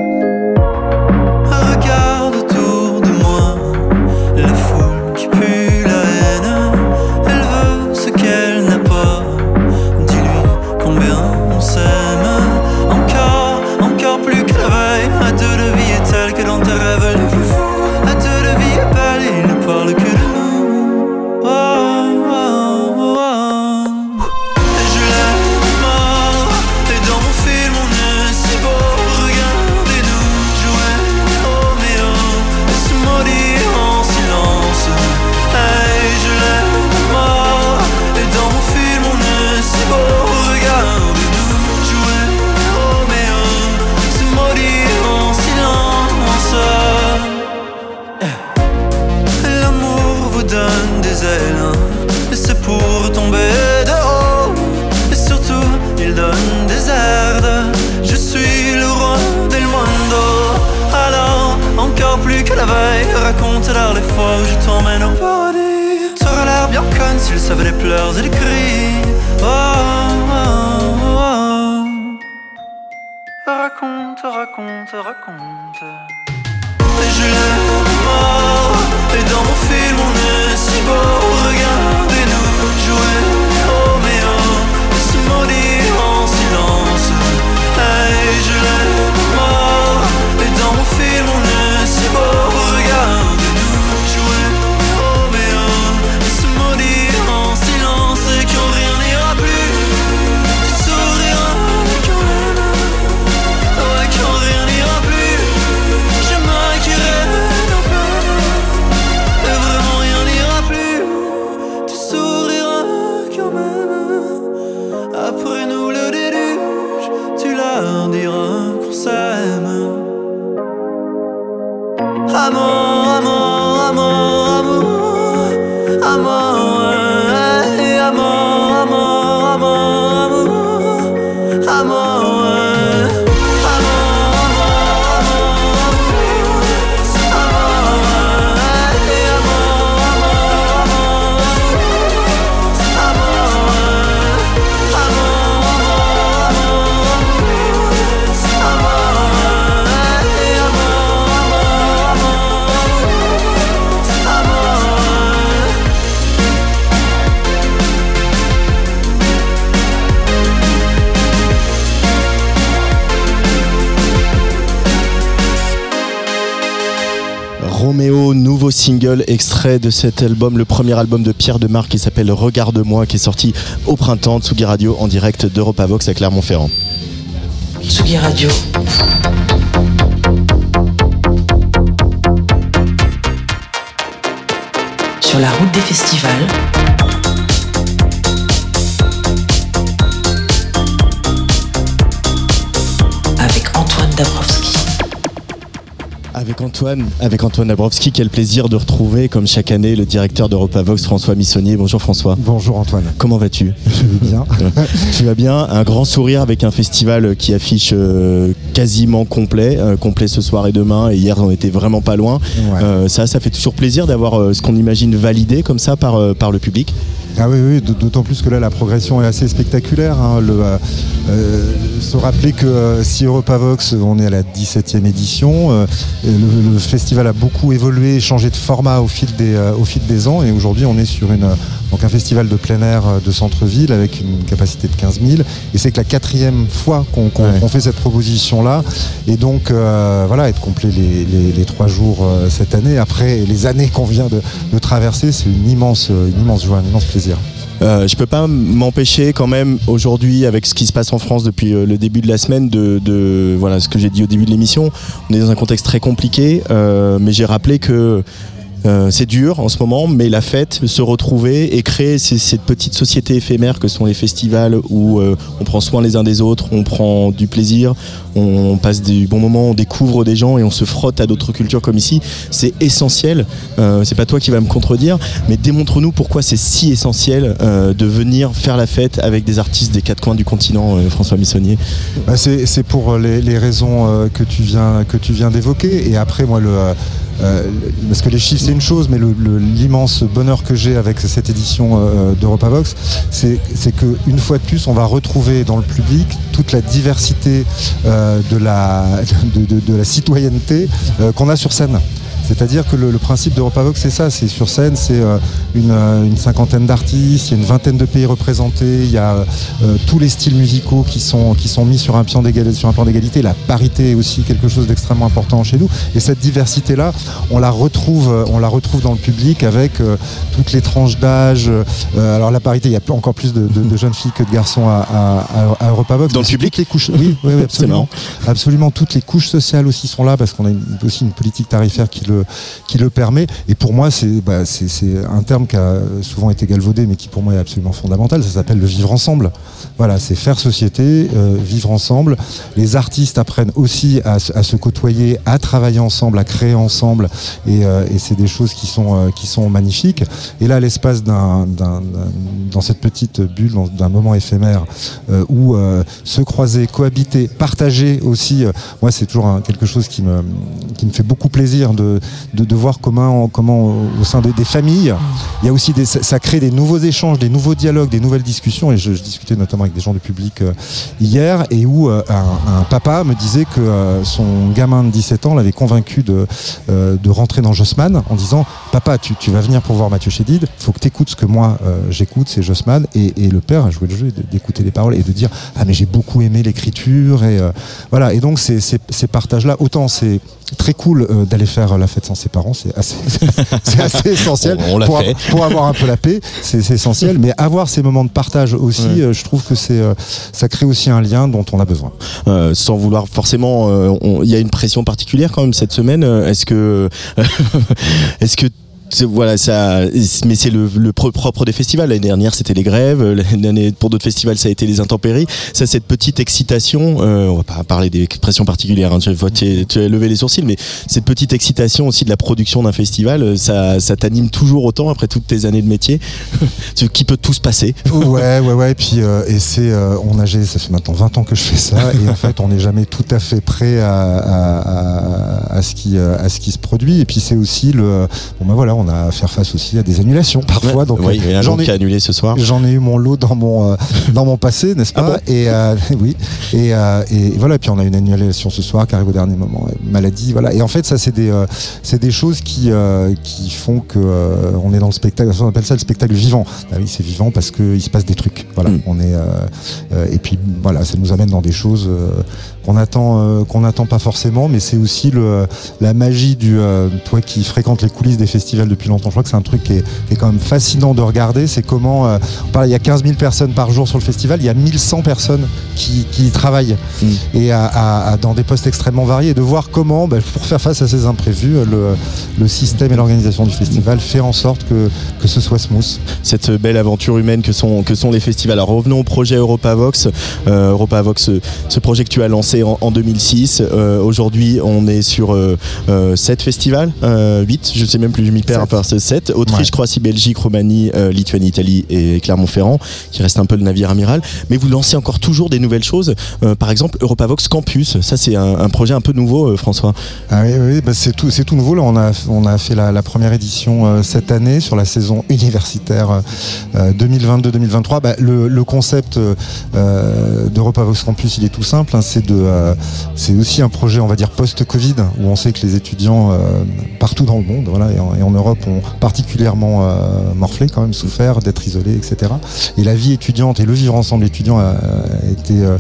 Regarde autour de moi la foule qui pue la haine. Elle veut ce qu'elle n'a pas. Dis-lui combien on s'aime. Encore, encore plus que la veille. À deux la vie est telle que dans tes rêves les plus fous. À deux la vie est belle et il ne parle que de nous. Oh, oh, oh, oh. Et je l'aime mort. Et dans mon film on est si beau. Regardez-nous jouer les Roméo et se maudire en silence. Hey, je l'aime mort. Et dans mon film on est si beau. Regardez-nous jouer les Roméo et se maudire en silence. Eh. L'amour vous donne des ailes et c'est pour tomber de haut. Et surtout il donne des airs. Je suis le roi del mondo. Alors encore plus que la veille. Raconte-leur les fois où je t'emmène au paradis. T'aurais l'air bien conne s'il savait les pleurs et les cris. Oh, oh, oh, oh. Raconte, raconte, raconte. Et je l'aime mort. Et dans mon film on est si beau. Regardez-nous jouer les Roméo et se maudire en silence. Hey, je l'aime mort. Et dans mon film on est si beau. Regardez-nous jouer les Roméo et se maudire en silence. Et quand rien n'ira plus, tu souriras quand même. Ouais, quand rien n'ira plus, je m'acquierai nos peines. Et vraiment rien n'ira plus, tu souriras quand même. Après nous le déluge, tu leur diras qu'on s'aime. Amour, amour, amour, amour, amour, hey, amour, amour, amour, amour, amour, hey. Roméo, nouveau single extrait de cet album, le premier album de Pierre Demar qui s'appelle Regarde-moi, qui est sorti au printemps de Tsugi Radio en direct d'Europavox à Clermont-Ferrand. Tsugi Radio. Sur la route des festivals. Avec Antoine Dabrowski. Avec Antoine, avec Antoine Dabrowski, quel plaisir de retrouver, comme chaque année, le directeur d'EuropaVox, François Missonnier. Bonjour François. Bonjour Antoine. Comment vas-tu ? Je vais bien. Tu vas bien ? Un grand sourire avec un festival qui affiche euh, quasiment complet, euh, complet ce soir et demain, et hier on était vraiment pas loin. Ouais. Euh, ça, ça fait toujours plaisir d'avoir euh, ce qu'on imagine validé comme ça par, euh, par le public. Ah oui, oui, d'autant plus que là la progression est assez spectaculaire. Hein. Le, euh, euh, se rappeler que euh, si EuropaVox, on est à la dix-septième édition, euh, le, le festival a beaucoup évolué, changé de format au fil des, euh, au fil des ans, et aujourd'hui on est sur une, donc un festival de plein air de centre-ville avec une capacité de quinze mille, et c'est que la quatrième fois qu'on, qu'on, ouais. qu'on fait cette proposition-là, et donc euh, voilà, être complet les, les, les trois jours euh, cette année, après les années qu'on vient de, de traverser, c'est une immense, une immense joie, un immense plaisir. Euh, je peux pas m'empêcher quand même aujourd'hui, avec ce qui se passe en France depuis euh, le début de la semaine, de, de voilà ce que j'ai dit au début de l'émission. On est dans un contexte très compliqué, euh, mais j'ai rappelé que Euh, c'est dur en ce moment, mais la fête, se retrouver et créer ces, cette petite société éphémère que sont les festivals où euh, on prend soin les uns des autres, on prend du plaisir, on passe des bons moments, on découvre des gens et on se frotte à d'autres cultures comme ici, c'est essentiel. Euh, c'est pas toi qui vas me contredire, mais démontre-nous pourquoi c'est si essentiel euh, de venir faire la fête avec des artistes des quatre coins du continent, euh, François Missonnier. Bah c'est, c'est pour les, les raisons euh, que tu viens, que tu viens d'évoquer, et après moi le... Euh, Euh, parce que les chiffres c'est une chose, mais le, le, l'immense bonheur que j'ai avec cette édition euh, d'EuropaVox, c'est, c'est qu'une fois de plus on va retrouver dans le public toute la diversité euh, de, la, de, de, de la citoyenneté euh, qu'on a sur scène. C'est-à-dire que le, le principe d'EuropaVox, c'est ça, c'est sur scène, c'est euh, une, une cinquantaine d'artistes, il y a une vingtaine de pays représentés, il y a euh, tous les styles musicaux qui sont, qui sont mis sur un, plan d'égalité, sur un plan d'égalité. La parité est aussi quelque chose d'extrêmement important chez nous. Et cette diversité-là, on la retrouve, on la retrouve dans le public avec euh, toutes les tranches d'âge. Euh, alors la parité, il y a encore plus de, de, de jeunes filles que de garçons à, à, à EuropaVox. Dans le public, les couches, oui, oui, oui, absolument. Absolument, toutes les couches sociales aussi sont là parce qu'on a une, aussi une politique tarifaire qui le qui le permet, et pour moi c'est, bah, c'est, c'est un terme qui a souvent été galvaudé mais qui pour moi est absolument fondamental, ça s'appelle le vivre ensemble. Voilà, c'est faire société, euh, vivre ensemble. Les artistes apprennent aussi à, à se côtoyer, à travailler ensemble, à créer ensemble, et, euh, et c'est des choses qui sont, euh, qui sont magnifiques. Et là, l'espace d'un, d'un, d'un dans cette petite bulle, dans, d'un moment éphémère euh, où euh, se croiser, cohabiter, partager aussi, euh, moi c'est toujours un, quelque chose qui me, qui me fait beaucoup plaisir de De, de voir comment, comment au sein de, des familles, il y a aussi des, ça, ça crée des nouveaux échanges, des nouveaux dialogues, des nouvelles discussions. Et je, je discutais notamment avec des gens du public euh, hier, et où euh, un, un papa me disait que euh, son gamin de dix-sept ans l'avait convaincu de, euh, de rentrer dans Jossman en disant « Papa, tu, tu vas venir pour voir Mathieu Chédid, il faut que tu écoutes ce que moi euh, j'écoute, c'est Jossman. » Et, et le père a joué le jeu d'écouter les paroles et de dire « Ah mais j'ai beaucoup aimé l'écriture. » Et euh, voilà, et donc ces, ces, ces partages-là, autant c'est très cool euh, d'aller faire la fête sans ses parents, c'est assez, c'est assez essentiel. On, on l'a pour, fait. Pour avoir un peu la paix, c'est, c'est essentiel. Mais avoir ces moments de partage aussi, ouais. euh, je trouve que c'est, euh, ça crée aussi un lien dont on a besoin. Euh, sans vouloir forcément, il euh, y a une pression particulière quand même cette semaine. Est-ce que, est-ce que C'est, voilà, ça, mais c'est le, le propre des festivals. L'année dernière, c'était les grèves. L'année, pour d'autres festivals, ça a été les intempéries. Ça, cette petite excitation, euh, on va pas parler d'expressions particulières, hein, tu, tu, tu as levé les sourcils, mais cette petite excitation aussi de la production d'un festival, ça, ça t'anime toujours autant après toutes tes années de métier. Qui peut tout se passer. Ouais, ouais, ouais. Et puis, euh, et c'est, euh, on a, ça fait maintenant vingt ans que je fais ça, et en fait, on n'est jamais tout à fait prêt à, à, à, à ce qui, à ce qui se produit. Et puis, c'est aussi le, bon ben voilà. On a à faire face aussi à des annulations parfois. Ouais, donc, oui, il y a un j'en qui a annulé ce soir. J'en ai eu mon lot dans mon, euh, dans mon passé, n'est-ce pas? Ah bon? Et euh, oui. Et, euh, et voilà. Et puis on a une annulation ce soir qui arrive au dernier moment. Maladie, voilà. Et en fait, ça, c'est des, euh, c'est des choses qui, euh, qui font que euh, on est dans le spectacle. On appelle ça le spectacle vivant. Ah oui, c'est vivant parce que il se passe des trucs. Voilà. Mm. On est. Euh, euh, et puis voilà, ça nous amène dans des choses euh, qu'on attend, euh, qu'on n'attend pas forcément. Mais c'est aussi le, la magie du. Euh, toi qui fréquentes les coulisses des festivals depuis longtemps, je crois que c'est un truc qui est, qui est quand même fascinant de regarder. C'est comment, euh, on parle, il y a quinze mille personnes par jour sur le festival, il y a mille cent personnes qui, qui y travaillent mm. et à, à, à, dans des postes extrêmement variés, et de voir comment, bah, pour faire face à ces imprévus, le, le système et l'organisation du festival fait en sorte que, que ce soit smooth. Cette belle aventure humaine que sont, que sont les festivals. Alors revenons au projet EuropaVox. Euh, EuropaVox, ce, ce projet que tu as lancé commencé en, en deux mille six. Euh, aujourd'hui, on est sur euh, euh, sept festivals, euh, huit, je sais même plus, je m'y perds. Enfin, c'est sept. Autriche, ouais. Croatie, Belgique, Roumanie, euh, Lituanie, Italie et Clermont-Ferrand, qui reste un peu le navire amiral. Mais vous lancez encore toujours des nouvelles choses. Euh, par exemple, Europavox Campus. Ça, c'est un, un projet un peu nouveau, euh, François. Ah oui, oui bah c'est, tout, c'est tout nouveau. Là, on a, on a fait la, la première édition euh, cette année sur la saison universitaire euh, deux mille vingt-deux deux mille vingt-trois. Bah, le, le concept euh, d'Europavox Campus, il est tout simple. Hein, c'est, de, euh, c'est aussi un projet, on va dire, post-Covid, où on sait que les étudiants euh, partout dans le monde, voilà, et en, et en Europe, ont particulièrement euh, morflé, quand même, souffert d'être isolés, et cetera. Et la vie étudiante et le vivre ensemble étudiant a, a été euh,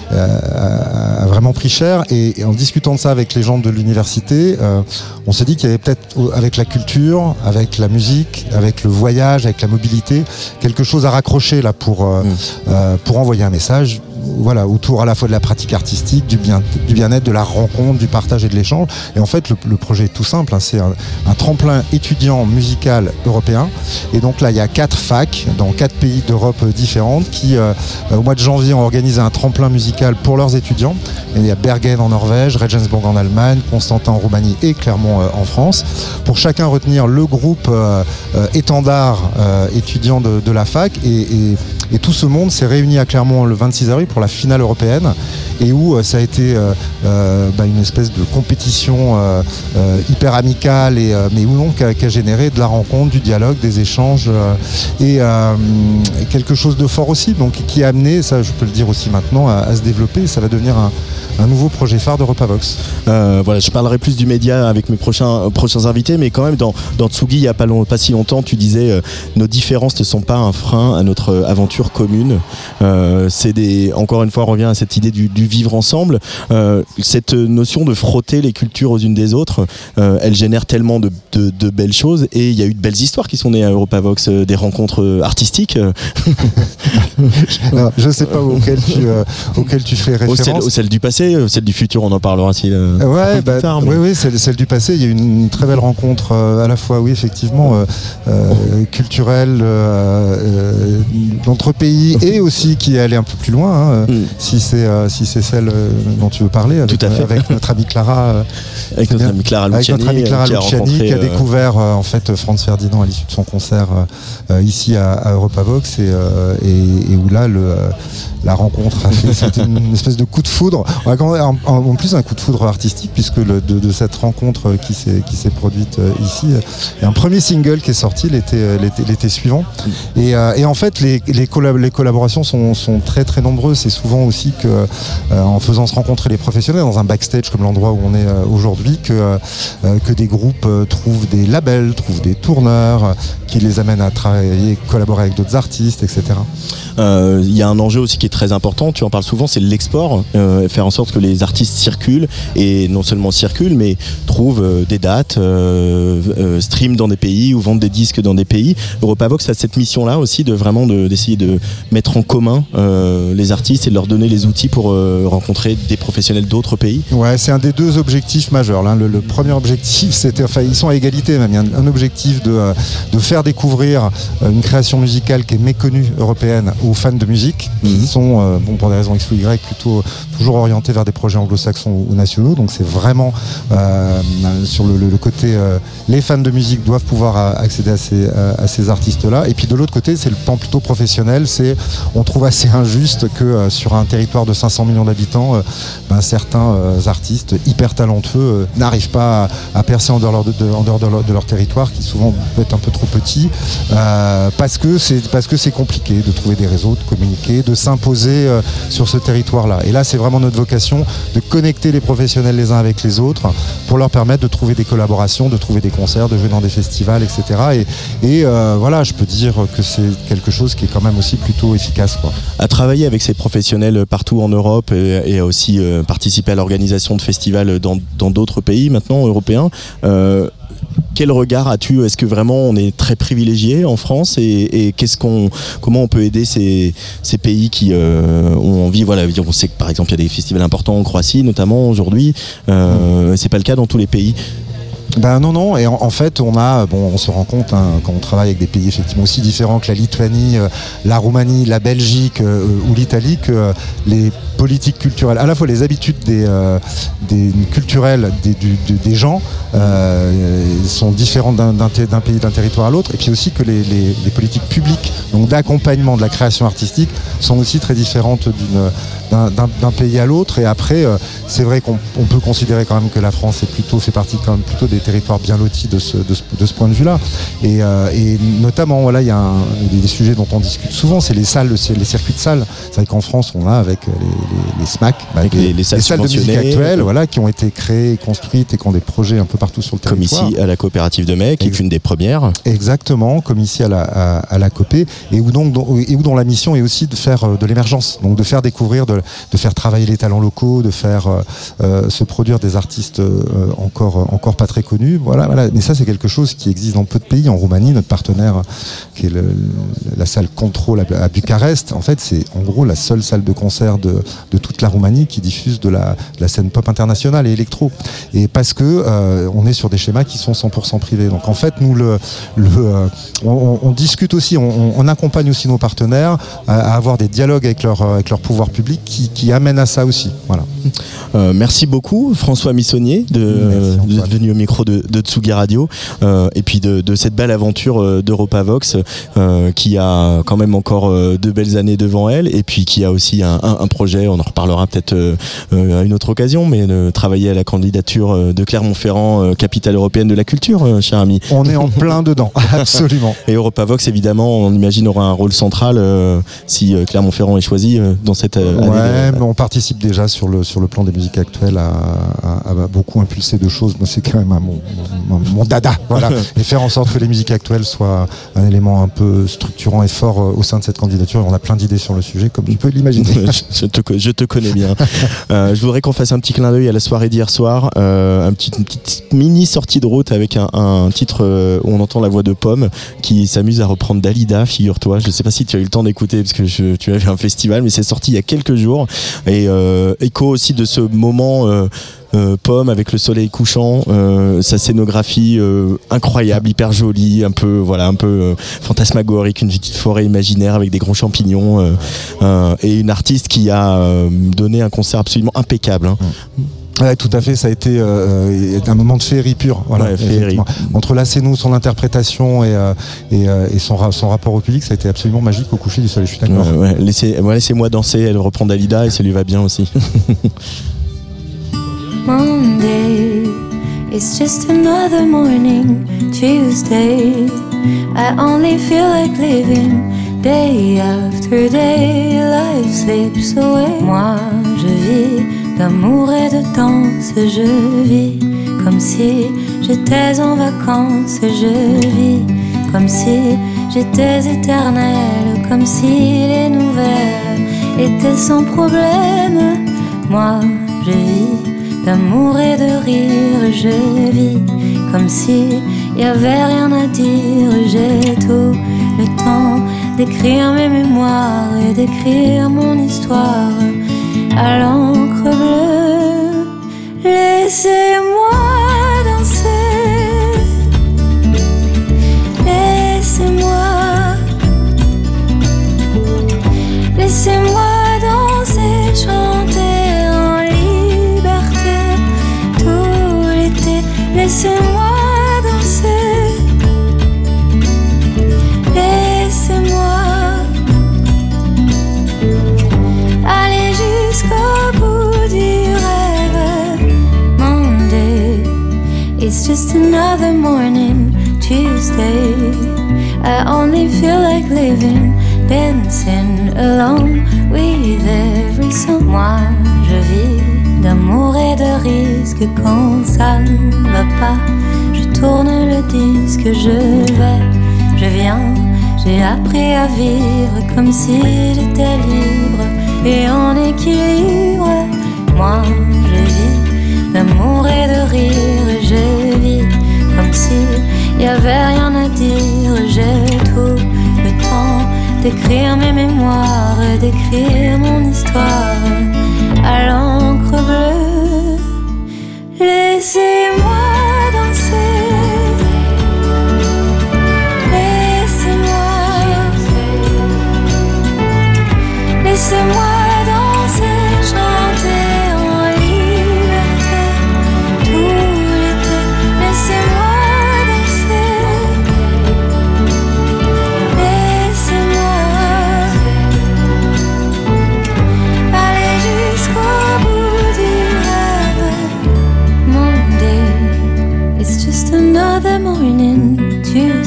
a, a vraiment pris cher. Et, et en discutant de ça avec les gens de l'université, euh, on s'est dit qu'il y avait peut-être, avec la culture, avec la musique, avec le voyage, avec la mobilité, quelque chose à raccrocher là pour, euh, mmh. euh, pour envoyer un message. Voilà, autour à la fois de la pratique artistique, du, bien, du bien-être, de la rencontre, du partage et de l'échange. Et en fait, le, le projet est tout simple, hein, c'est un, un tremplin étudiant musical européen. Et donc là, il y a quatre facs dans quatre pays d'Europe différentes qui, euh, au mois de janvier, ont organisé un tremplin musical pour leurs étudiants. Et il y a Bergen en Norvège, Regensburg en Allemagne, Constantin en Roumanie et Clermont euh, en France. Pour chacun retenir le groupe euh, euh, étendard euh, étudiant de, de la fac. Et, et, et tout ce monde s'est réuni à Clermont le vingt-six avril pour la finale européenne, et où euh, ça a été euh, euh, bah, une espèce de compétition euh, euh, hyper amicale, et, euh, mais où donc qui a, qui a généré de la rencontre, du dialogue, des échanges euh, et, euh, et quelque chose de fort aussi, donc qui a amené, ça je peux le dire aussi maintenant, à, à se développer. Ça va devenir un, un nouveau projet phare d'Europavox. Euh, voilà, je parlerai plus du média avec mes prochains, euh, prochains invités, mais quand même dans, dans Tsugi, il n'y a pas, long, pas si longtemps, tu disais euh, nos différences ne sont pas un frein à notre aventure commune. Euh, c'est des, encore une fois, on revient à cette idée du, du vivre ensemble. Euh, cette notion de frotter les cultures aux unes des autres, euh, elle génère tellement de, de, de belles choses, et il y a eu de belles histoires qui sont nées à Europavox, euh, des rencontres artistiques. Alors, je ne sais pas auxquelles tu, euh, auxquelles tu fais référence. Celle, celle du passé, celle du futur, on en parlera si, euh, ouais, bah, plus tard. Oui, oui, celle, celle du passé. Il y a eu une, une très belle rencontre, euh, à la fois, oui, effectivement, euh, euh, culturelle, euh, euh, d'entre pays, et aussi qui est allée un peu plus loin, hein, mm. si c'est euh, si c'est celle euh, dont tu veux parler, avec, euh, avec notre amie Clara, euh, avec notre amie Clara Luciani, avec notre amie Clara qui a, Luciani, qui a euh... découvert euh, en fait Franz Ferdinand à l'issue de son concert euh, ici à, à Europavox, et, euh, et, et où là le euh, la rencontre a fait, c'était une espèce de coup de foudre, en, en plus un coup de foudre artistique, puisque le, de, de cette rencontre qui s'est, qui s'est produite euh, ici, il y a un premier single qui est sorti l'été, l'été, l'été suivant, et, euh, et en fait les, les, collab- les collaborations sont, sont très très nombreuses. C'est souvent aussi que euh, en faisant se rencontrer les professionnels dans un backstage comme l'endroit où on est euh, aujourd'hui, que, euh, que des groupes euh, trouvent des labels, trouvent des tourneurs, euh, qui les amènent à travailler, collaborer avec d'autres artistes, et cetera. Il euh, y a un enjeu aussi qui est très important, tu en parles souvent, c'est l'export, euh, faire en sorte que les artistes circulent, et non seulement circulent, mais trouvent euh, des dates, euh, euh, streament dans des pays ou vendent des disques dans des pays. Europavox a cette mission-là aussi de vraiment de, d'essayer de mettre en commun euh, les artistes et de leur donner les outils pour euh, rencontrer des professionnels d'autres pays. Ouais, c'est un des deux objectifs majeurs. Là, le, le premier objectif, c'était, enfin, ils sont à égalité même. Il y a un, un objectif de, euh, de faire découvrir euh, une création musicale qui est méconnue européenne aux fans de musique, qui mmh. sont, euh, bon, pour des raisons X ou Y, plutôt toujours orientés vers des projets anglo-saxons ou, ou nationaux. Donc c'est vraiment euh, sur le, le, le côté, euh, les fans de musique doivent pouvoir euh, accéder à ces, euh, à ces artistes-là. Et puis de l'autre côté, c'est le pan plutôt professionnel. C'est, on trouve assez injuste que euh, sur un territoire de cinq cents millions d'habitants, euh, ben, certains euh, artistes hyper talentueux euh, n'arrivent pas à, à percer en dehors, de, de, en dehors de, leur, de leur territoire, qui souvent peut être un peu trop petit, euh, parce que c'est parce que c'est compliqué de trouver des réseaux, de communiquer, de s'imposer euh, sur ce territoire-là. Et là, c'est vraiment notre vocation de connecter les professionnels les uns avec les autres pour leur permettre de trouver des collaborations, de trouver des concerts, de jouer dans des festivals, et cetera. Et, et euh, voilà, je peux dire que c'est quelque chose qui est quand même aussi plutôt efficace, quoi. À travailler avec ces professionnels partout en Europe, et, et aussi euh, participer à l'organisation de festivals dans, dans d'autres pays maintenant européens. Euh, Quel regard as-tu ? Est-ce que vraiment on est très privilégié en France, et, et qu'est-ce qu'on, comment on peut aider ces, ces pays qui euh, ont envie, voilà, on sait que par exemple il y a des festivals importants en Croatie notamment aujourd'hui, euh, c'est pas le cas dans tous les pays. Ben non, non, et en, en fait, on a, bon, on se rend compte hein, quand on travaille avec des pays effectivement aussi différents que la Lituanie, euh, la Roumanie, la Belgique euh, ou l'Italie, que euh, les politiques culturelles, à la fois les habitudes des, euh, des culturelles des, du, du, des gens euh, sont différentes d'un, d'un, d'un pays, d'un territoire à l'autre, et puis aussi que les, les, les politiques publiques, donc d'accompagnement de la création artistique, sont aussi très différentes d'une, d'un, d'un, d'un pays à l'autre. Et après, euh, c'est vrai qu'on on peut considérer quand même que la France est plutôt, fait partie quand même plutôt des territoires bien lotis de ce, de ce, de ce point de vue-là. Et, euh, et notamment, voilà, il y a un, des sujets dont on discute souvent, c'est les salles, les circuits de salles. C'est vrai qu'en France, on a avec les, les, les SMAC, avec les, les, les, salles, les salles de musique actuelles, voilà, qui ont été créées, construites et qui ont des projets un peu partout sur le territoire. Comme ici à la coopérative de Mai, qui Ex- est une des premières. Exactement, comme ici à la, à, à la Copé, et où donc, dont, et où dont la mission est aussi de faire de l'émergence, donc de faire découvrir, de, de faire travailler les talents locaux, de faire euh, se produire des artistes euh, encore encore pas très connus. Voilà, voilà. Mais ça, c'est quelque chose qui existe dans peu de pays. En Roumanie, notre partenaire, qui est le, la salle Control à, à Bucarest, en fait, c'est en gros la seule salle de concert de, de toute la Roumanie qui diffuse de la, de la scène pop internationale et électro. Et parce que euh, on est sur des schémas qui sont cent pour cent privés. Donc en fait, nous, le, le, euh, on, on discute aussi, on, on accompagne aussi nos partenaires à, à avoir des dialogues avec leur, avec leur pouvoir public qui, qui amènent à ça aussi. Voilà. Euh, merci beaucoup, François Missonnier, de, euh, de venu au micro de, de Tsugi Radio, euh, et puis de, de cette belle aventure euh, d'EuropaVox, euh, qui a quand même encore euh, de belles années devant elle, et puis qui a aussi un, un, un projet, on en reparlera peut-être euh, euh, à une autre occasion, mais de travailler à la candidature euh, de Clermont-Ferrand, euh, capitale européenne de la culture, euh, cher ami. On est en plein dedans, absolument. Et EuropaVox, évidemment, on imagine aura un rôle central euh, si euh, Clermont-Ferrand est choisi euh, dans cette euh, année. Ouais, de... mais on participe déjà sur le, sur le plan des musiques actuelles à, à, à beaucoup impulser de choses. Moi, c'est quand même mon, mon, mon dada, voilà. Et faire en sorte que les musiques actuelles soient un élément un peu structurant et fort au sein de cette candidature. On a plein d'idées sur le sujet, comme tu peux l'imaginer. je, te, je te connais bien. euh, je voudrais qu'on fasse un petit clin d'œil à la soirée d'hier soir, euh, un petit, une petite mini sortie de route avec un, un titre euh, où on entend la voix de Pomme qui s'amuse à reprendre Dalida, figure-toi. Je ne sais pas si tu as eu le temps d'écouter parce que je, tu avais un festival, mais c'est sorti il y a quelques jours. Et euh, écho aussi de ce moment euh, euh, Pomme avec le soleil couchant, euh, sa scénographie euh, incroyable, hyper jolie, un peu voilà, un peu euh, fantasmagorique, une petite forêt imaginaire avec des gros champignons, euh, euh, et une artiste qui a euh, donné un concert absolument impeccable. Hein. Ouais, tout à fait, ça a été euh, un moment de féerie pure. Voilà, ouais, féerie. Entre la scéno, son interprétation et, euh, et, euh, et son, ra- son rapport au public, ça a été absolument magique au coucher du soleil. Je suis d'accord. Ouais, ouais. Laissez, ouais, laissez-moi danser, elle reprend Dalida et ça lui va bien aussi. Monday, it's just another morning. Tuesday, I only feel like living. Day after day, life slips away. Moi, je vis d'amour et de danse, je vis comme si j'étais en vacances, je vis comme si j'étais éternelle, comme si les nouvelles étaient sans problème. Moi, je vis d'amour et de rire, je vis comme si y avait rien à dire. J'ai tout le temps d'écrire mes mémoires et d'écrire mon histoire à l'encre bleue. Laissez-moi danser, laissez-moi, laissez-moi danser, chanter en liberté tout l'été. Laissez-moi danser, laissez-moi aller jusqu'au bout du rêve. Monday, it's just another morning. Tuesday, I only feel like living, dancing alone with every song. Moi, je vis d'amour et de risque. Quand ça ne va pas, je tourne le disque. Je vais, je viens, j'ai appris à vivre comme si j'étais libre et en équilibre. Moi, je vis d'amour et de rire. Je vis comme si y avait rien à dire. J'ai tout le temps d'écrire mes mémoires et d'écrire mon histoire à l'encre bleue. Laissez-moi danser,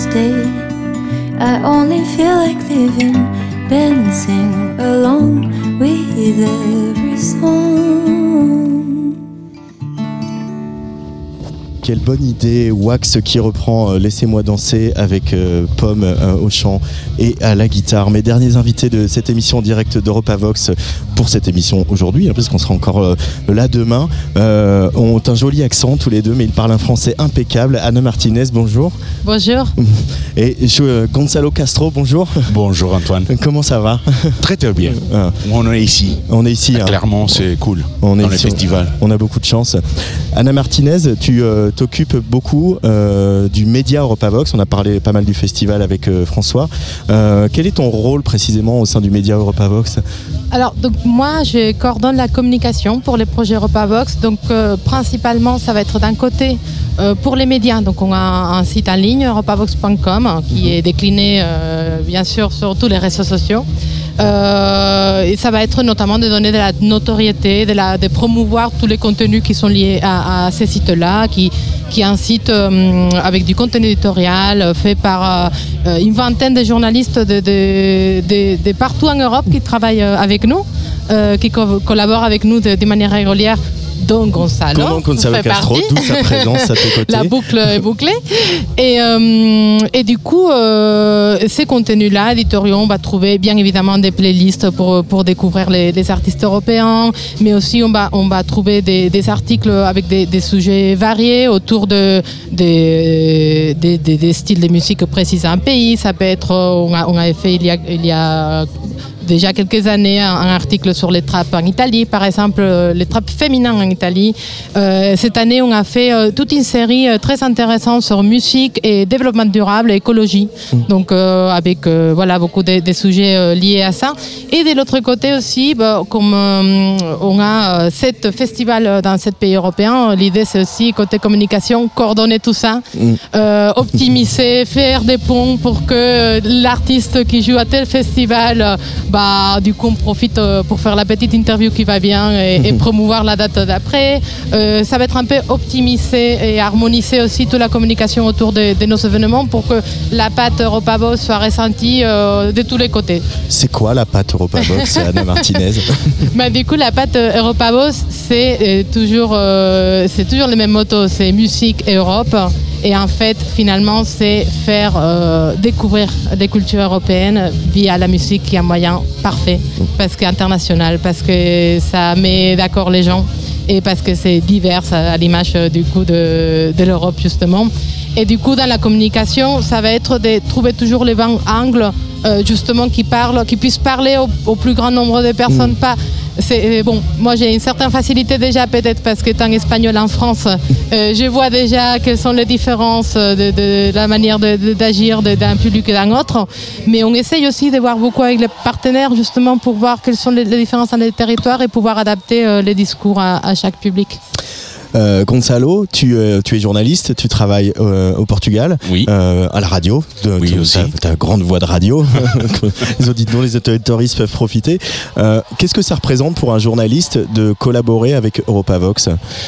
next day. I only feel like living, dancing along with every song. Quelle bonne idée, Wax qui reprend euh, Laissez-moi danser avec euh, Pomme euh, au chant et à la guitare. Mes derniers invités de cette émission en direct d'EuropaVox pour cette émission aujourd'hui, hein, parce qu'on sera encore euh, là demain, euh, ont un joli accent tous les deux, mais ils parlent un français impeccable. Anna Martinez, bonjour. Bonjour. Et euh, Gonzalo Castro, bonjour. Bonjour Antoine. Comment ça va? Très très bien. Ah. On est ici. On est ici. Clairement, hein. C'est cool. On est dans ici, les festivals. On a beaucoup de chance. Anna Martinez, tu euh, t'occupes beaucoup euh, du média EuropaVox. On a parlé pas mal du festival avec euh, François. Euh, quel est ton rôle précisément au sein du média EuropaVox? Alors, donc, moi, je coordonne la communication pour les projets EuropaVox. Donc, euh, principalement, ça va être d'un côté euh, pour les médias. Donc, on a un, un site en ligne, europavox point com, hein, qui est décliné, euh, bien sûr, sur tous les réseaux sociaux. Euh, et ça va être notamment de donner de la notoriété, de, la, de promouvoir tous les contenus qui sont liés à, à ces sites-là, qui, qui est un site euh, avec du contenu éditorial fait par euh, une vingtaine de journalistes de, de, de, de partout en Europe qui travaillent avec nous, euh, qui co- collaborent avec nous de, de manière régulière. Donc Gonzalo, Comment Gonzalo Castro, d'où sa présence à tes côtés. La boucle est bouclée. Et, euh, et du coup, euh, ces contenus-là, éditoriaux, on va trouver bien évidemment des playlists pour, pour découvrir les, les artistes européens, mais aussi on va, on va trouver des, des articles avec des, des sujets variés autour de, des, des, des, des styles de musique précis à un pays. Ça peut être, on a, on a fait il y a, il y a déjà quelques années un, un article sur les trappes en Italie, par exemple, euh, les trappes féminines en Italie. Euh, cette année, on a fait euh, toute une série euh, très intéressante sur musique et développement durable et écologie. Mmh. Donc, euh, avec euh, voilà, beaucoup de, de sujets euh, liés à ça. Et de l'autre côté aussi, bah, comme euh, on a euh, sept festivals dans sept pays européens, l'idée c'est aussi, côté communication, coordonner tout ça, mmh. euh, optimiser, faire des ponts pour que l'artiste qui joue à tel festival, bah, du coup on profite pour faire la petite interview qui va bien et, et promouvoir la date d'après. Euh, ça va être un peu optimiser et harmoniser aussi toute la communication autour de, de nos événements pour que la patte EuropaVox soit ressentie euh, de tous les côtés. C'est quoi la patte EuropaVox, Anna Martinez? Bah, du coup, la patte EuropaVox, c'est euh, toujours, euh, c'est toujours le même motto, c'est musique et Europe. Et en fait, finalement, c'est faire euh, découvrir des cultures européennes via la musique, qui est un moyen parfait, parce que international, parce que ça met d'accord les gens et parce que c'est divers à l'image du coup de, de l'Europe justement. Et du coup, dans la communication, ça va être de trouver toujours les bons angles, euh, justement, qui parlent, qui puissent parler au, au plus grand nombre de personnes. Mmh. Pas, c'est, bon, moi, j'ai une certaine facilité déjà, peut-être parce qu'étant espagnol en France, euh, je vois déjà quelles sont les différences de, de la manière de, de, d'agir de, d'un public et d'un autre. Mais on essaye aussi de voir beaucoup avec les partenaires, justement, pour voir quelles sont les, les différences dans les territoires et pouvoir adapter euh, les discours à, à chaque public. Euh, Gonzalo, tu, euh, tu es journaliste, tu travailles euh, au Portugal, oui. euh, à la radio. De, oui, tu, aussi. Tu as une grande voix de radio, les auditeurs, les auditoristes peuvent profiter. Euh, qu'est-ce que ça représente pour un journaliste de collaborer avec EuropaVox?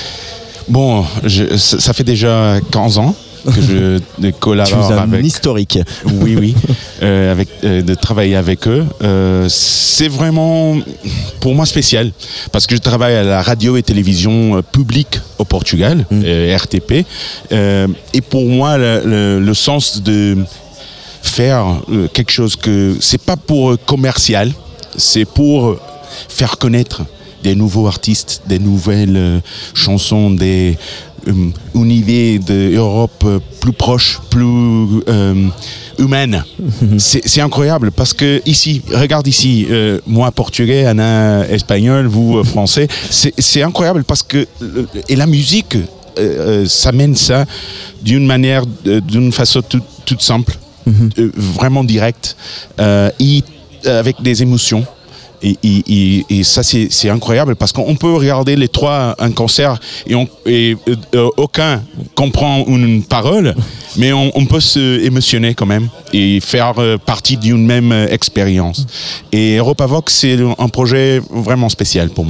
Bon, je, ça fait déjà quinze ans que je collabore un avec. Historique. Oui, oui, euh, avec, euh, de travailler avec eux. Euh, c'est vraiment pour moi spécial parce que je travaille à la radio et télévision publique au Portugal, mmh. euh, R T P, euh, et pour moi le, le, le sens de faire euh, quelque chose que c'est pas pour commercial, c'est pour faire connaître des nouveaux artistes, des nouvelles euh, chansons, des euh, univers d'Europe euh, plus proche, plus euh, humaine. c'est, c'est incroyable parce que ici, regarde ici, euh, moi portugais, Anna espagnol, vous euh, français, c'est, c'est incroyable parce que euh, et la musique, euh, euh, ça mène ça d'une manière, euh, d'une façon toute, toute simple, mm-hmm. euh, vraiment directe, euh, et avec des émotions. Et, et, et ça, c'est, c'est incroyable parce qu'on peut regarder les trois un concert et, on, et euh, aucun comprend une parole, mais on, on peut se émotionner quand même et faire euh, partie d'une même euh, expérience. Et EuropaVox, c'est un projet vraiment spécial pour moi.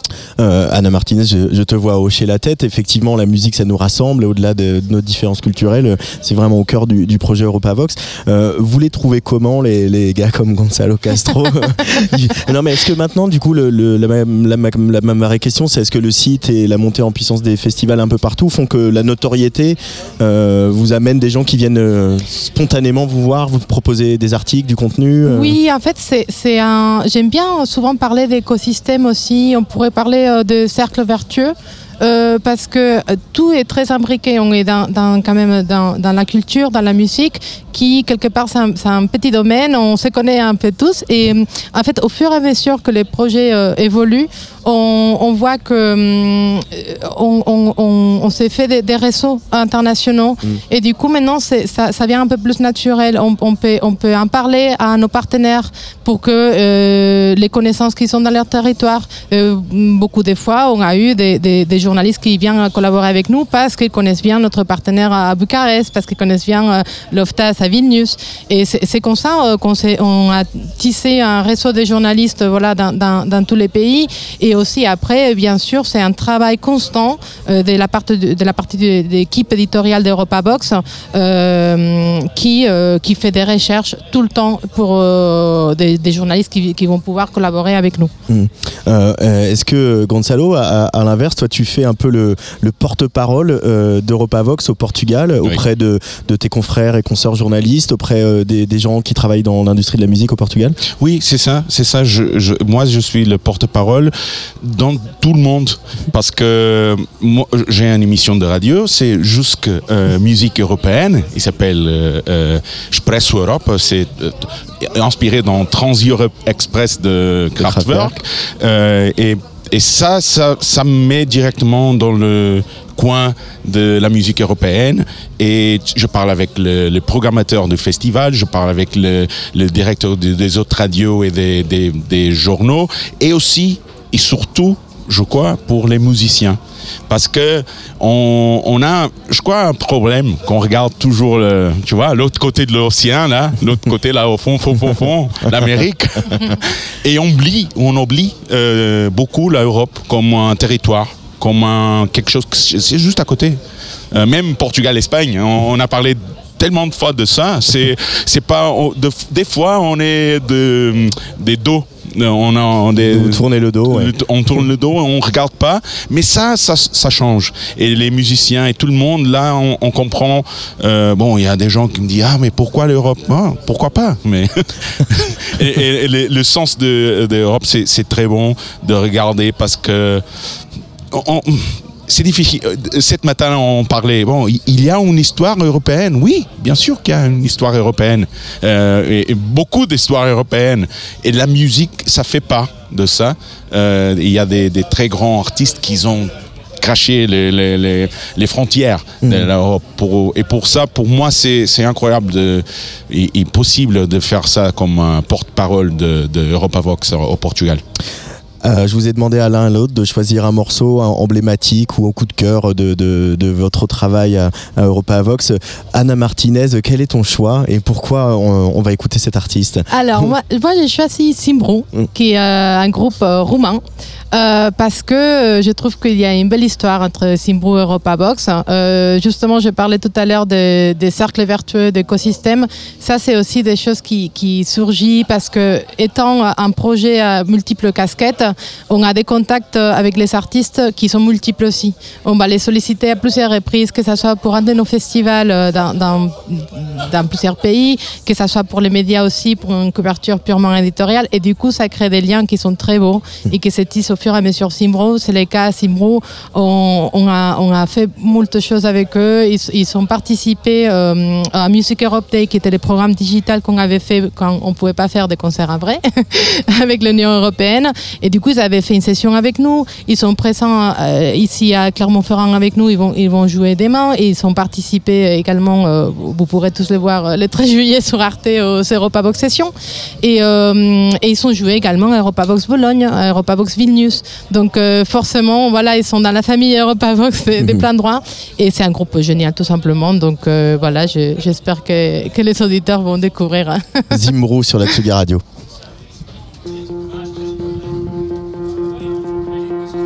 Euh, Anna Martinez, je, je te vois hocher la tête. Effectivement, la musique, ça nous rassemble au-delà de, de nos différences culturelles. C'est vraiment au cœur du, du projet Europavox. Euh, vous les trouvez comment, les, les gars comme Gonzalo Castro? Non, mais est-ce que maintenant, du coup, le, le, la, la, la, la, ma vraie question, c'est est-ce que le site et la montée en puissance des festivals un peu partout font que la notoriété euh, vous amène des gens qui viennent euh, spontanément vous voir, vous proposer des articles, du contenu euh... Oui, en fait, c'est, c'est un. J'aime bien souvent parler d'écosystème aussi. On pourrait parler de cercle vertueux. Euh, parce que tout est très imbriqué, on est dans, dans, quand même dans, dans la culture, dans la musique, qui quelque part c'est un, c'est un petit domaine, on se connaît un peu tous et en fait au fur et à mesure que les projets euh, évoluent, on, on voit que euh, on, on, on, on s'est fait des, des réseaux internationaux mmh. et du coup maintenant c'est, ça, ça devient un peu plus naturel, on, on, peut, on peut en parler à nos partenaires pour que euh, les connaissances qui sont dans leur territoire, euh, beaucoup de fois on a eu des, des, des journalistes qui viennent collaborer avec nous parce qu'ils connaissent bien notre partenaire à Bucarest, parce qu'ils connaissent bien euh, l'Oftas à Vilnius. Et c'est, c'est comme ça euh, qu'on s'est, on a tissé un réseau de journalistes euh, voilà, dans, dans, dans tous les pays. Et aussi après, bien sûr, c'est un travail constant euh, de la partie de, de la partie de, de l'équipe éditoriale d'Europavox euh, qui, euh, qui fait des recherches tout le temps pour euh, des, des journalistes qui, qui vont pouvoir collaborer avec nous. Mmh. Euh, est-ce que Gonzalo, à, à l'inverse, toi tu fais un peu le, le porte-parole euh, d'Europavox au Portugal, oui. auprès de, de tes confrères et consoeurs journalistes, auprès euh, des, des gens qui travaillent dans l'industrie de la musique au Portugal? Oui, c'est ça, c'est ça. Je, je, moi, je suis le porte-parole dans tout le monde parce que moi, j'ai une émission de radio, c'est jusque euh, musique européenne. Il s'appelle euh, euh, Expresso Europe. C'est euh, inspiré dans Trans-Europe Express de Kraftwerk. Euh, et Et ça, ça, ça me met directement dans le coin de la musique européenne. Et je parle avec le, le programmateur du festival, je parle avec le, le directeur de, des autres radios et des, des, des journaux. Et aussi, et surtout, je crois, pour les musiciens. Parce que on, on a, je crois, un problème qu'on regarde toujours, le, tu vois, l'autre côté de l'océan, là, l'autre côté là au fond, fond, fond, fond, l'Amérique, et on oublie, on oublie euh, beaucoup l'Europe comme un territoire, comme un, quelque chose, c'est juste à côté. Euh, même Portugal, Espagne, on, on a parlé tellement de fois de ça. C'est, c'est pas, on, de, des fois, on est de, des dos. On a des, Vous tournez le dos, ouais. On tourne le dos, on regarde pas, mais ça, ça, ça change. Et les musiciens et tout le monde, là, on, on comprend. Euh, bon, il y a des gens qui me disent ah mais pourquoi l'Europe? Ah, pourquoi pas? Mais et, et, et le, le sens de, de l'Europe, c'est, c'est très bon de regarder parce que on, c'est difficile. Cette matin, on parlait. Bon, il y a une histoire européenne. Oui, bien sûr qu'il y a une histoire européenne. Euh, et, et beaucoup d'histoires européennes. Et la musique, ça fait pas de ça. Euh, il y a des, des très grands artistes qui ont craché les, les, les, les frontières mmh. de l'Europe. Pour, et pour ça, pour moi, c'est, c'est incroyable de, et, et possible de faire ça comme un porte-parole de, de Europavox au Portugal. Euh, je vous ai demandé à l'un et à l'autre de choisir un morceau un emblématique ou un coup de cœur de, de, de votre travail à, à Europavox. Anna Martinez, quel est ton choix et pourquoi on, on va écouter cet artiste? Alors, moi, moi j'ai choisi Simbru, mm. qui est euh, un groupe euh, roumain. Euh, parce que euh, je trouve qu'il y a une belle histoire entre Simbru et Europavox. Euh, justement, je parlais tout à l'heure des de cercles vertueux, d'écosystèmes. Ça, c'est aussi des choses qui, qui surgissent parce que, étant un projet à multiples casquettes, on a des contacts avec les artistes qui sont multiples aussi. On va les solliciter à plusieurs reprises, que ce soit pour un de nos festivals dans, dans, dans plusieurs pays, que ce soit pour les médias aussi, pour une couverture purement éditoriale. Et du coup, ça crée des liens qui sont très beaux et qui se tissent au fur et à mesure. Simbru, c'est le cas. Simbru, on, on, a, on a fait moult choses avec eux. Ils, ils ont participé euh, à Music Europe Day, qui était le programme digital qu'on avait fait quand on ne pouvait pas faire des concerts en vrai, avec l'Union européenne. Et du coup, ils avaient fait une session avec nous. Ils sont présents euh, ici à Clermont-Ferrand avec nous. Ils vont, ils vont jouer demain. Et ils ont participé également, euh, vous pourrez tous les voir, le treize juillet sur Arte aux Europavox Sessions. Et, euh, et ils ont joué également à Europavox Bologne, à Europavox Vilnius. Donc euh, forcément, voilà, ils sont dans la famille Europavox des, des plein droits. Et c'est un groupe génial, tout simplement. Donc euh, voilà, je, j'espère que, que les auditeurs vont découvrir. Simbru sur la Tsugi Radio.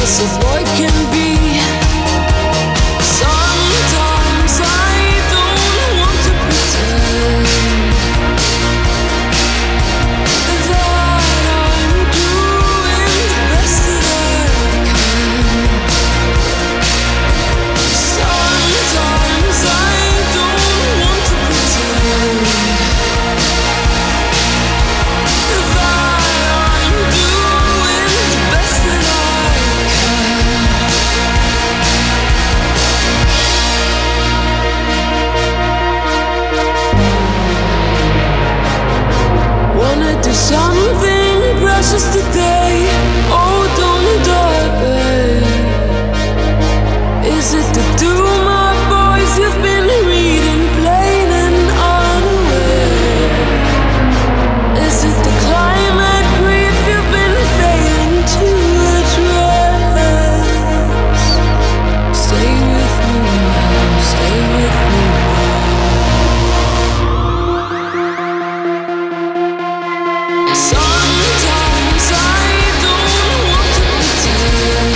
yes, a boy can be. Sometimes I don't want to pretend that I'm doing the best that I can. Sometimes I don't want to pretend that I'm doing the best that I can. Wanna do something precious today? Oh, don't die, babe. Is it to do my boys you've been reading plain and unaware? Is it the climate grief you've been failing to address? Stay with me now, stay with me now. Sometimes I don't want to pretend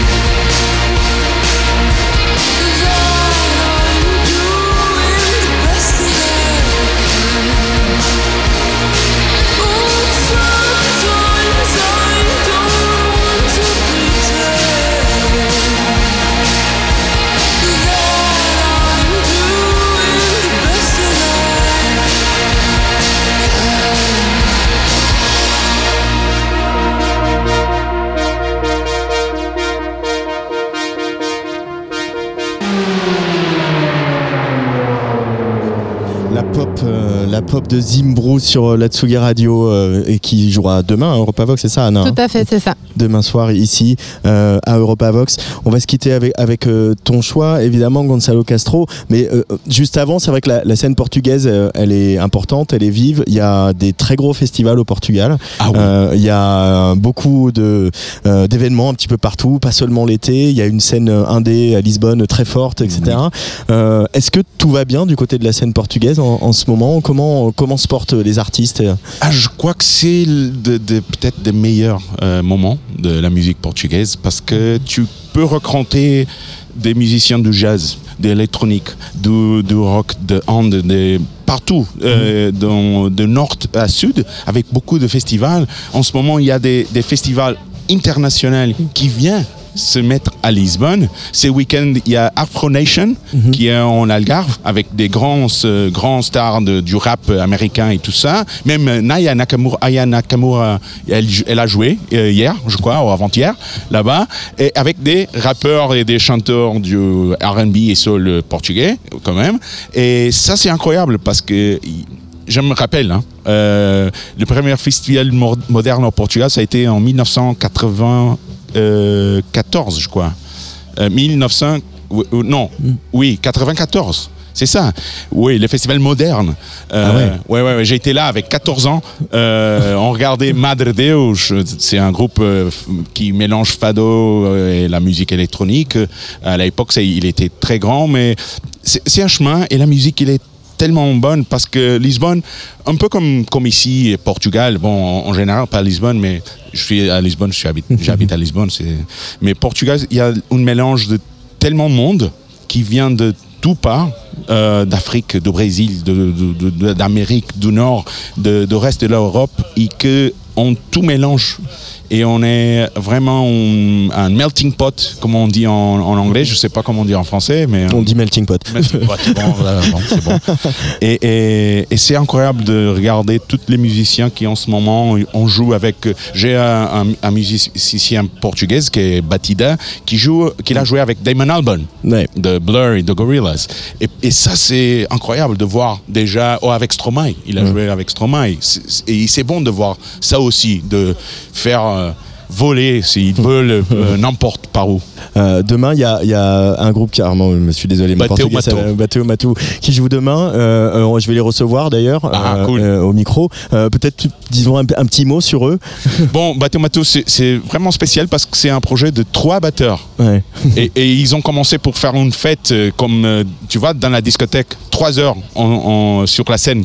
that I'm doing the best that I can. Oh, sometimes I don't want to pretend that I'm doing the best that I can. La pop, euh, la pop de Zimbro sur euh, la Tsugi Radio euh, et qui jouera demain à Europavox, c'est ça, Anna? Tout à fait, c'est ça. Demain soir ici euh, à Europavox. On va se quitter avec, avec euh, ton choix, évidemment, Gonçalo Castro. Mais euh, juste avant, c'est vrai que la, la scène portugaise, euh, elle est importante, elle est vive. Il y a des très gros festivals au Portugal. Ah oui. Euh, il y a beaucoup de, euh, d'événements un petit peu partout, pas seulement l'été. Il y a une scène indé à Lisbonne très forte, et cetera. Oui. Euh, est-ce que tout va bien du côté de la scène portugaise en, en ce moment? Comment, comment se portent les artistes? Ah, je crois que c'est de, de, peut-être des meilleurs euh, moments de la musique portugaise parce que tu peux recruter des musiciens de jazz, d'électronique, du, du rock, de hand, de partout, euh, dans, de nord à sud, avec beaucoup de festivals. En ce moment, il y a des, des festivals internationaux qui viennent se mettre à Lisbonne. Ce week-end, il y a Afro Nation mm-hmm. qui est en Algarve avec des grands, euh, grands stars de, du rap américain et tout ça. Même Naya Nakamura, Aya Nakamura elle, elle a joué euh, hier, je crois, ou avant-hier, là-bas, et avec des rappeurs et des chanteurs du R and B et soul portugais, quand même. Et ça, c'est incroyable parce que je me rappelle, hein, euh, le premier festival moderne au Portugal, ça a été en dix-neuf cent quatre-vingt-quatorze, je crois. Euh, mille neuf cents, euh, non, mm. oui, quatre-vingt-quatorze. C'est ça. Oui, le festival moderne. Euh, ah ouais. Ouais, ouais, ouais, j'ai été là avec quatorze ans. Euh, on regardait Madre Deus. C'est un groupe euh, qui mélange fado et la musique électronique. À l'époque, c'est, il était très grand, mais c'est, c'est un chemin et la musique, il est tellement bonne parce que Lisbonne, un peu comme, comme ici, Portugal, bon, en, en général, pas Lisbonne, mais je suis à Lisbonne, je suis habite, j'habite à Lisbonne. C'est, mais Portugal, il y a un mélange de tellement de monde qui vient de tout part, euh, d'Afrique, du Brésil, de, de, de, d'Amérique du Nord, de, de reste de l'Europe, et qu'on tout mélange. Et on est vraiment un, un melting pot, comme on dit en, en anglais. Je ne sais pas comment on dit en français, mais on, on dit melting pot. Melting pot, bon, voilà, bon, c'est bon. Et, et, et c'est incroyable de regarder tous les musiciens qui en ce moment on joue avec. J'ai un, un, un musicien portugais qui est Batida, qui joue, qui a joué avec Damon Albarn ouais. de Blur et de Gorillaz. Et, et ça c'est incroyable de voir déjà. Oh, avec Stromae, il a mmh. joué avec Stromae. C'est, et c'est bon de voir ça aussi, de faire voler s'ils veulent euh, n'importe par où. Euh, demain, il y a, y a un groupe carrément, je suis désolé, Bateu Matou. Bateu Matou qui joue demain. Euh, euh, je vais les recevoir d'ailleurs ah, euh, cool. euh, au micro. Euh, peut-être disons un, un petit mot sur eux. Bon, Bateu Matou, c'est, c'est vraiment spécial parce que c'est un projet de trois batteurs. Ouais. et, et ils ont commencé pour faire une fête euh, comme euh, tu vois dans la discothèque, trois heures en, en, sur la scène. Tro-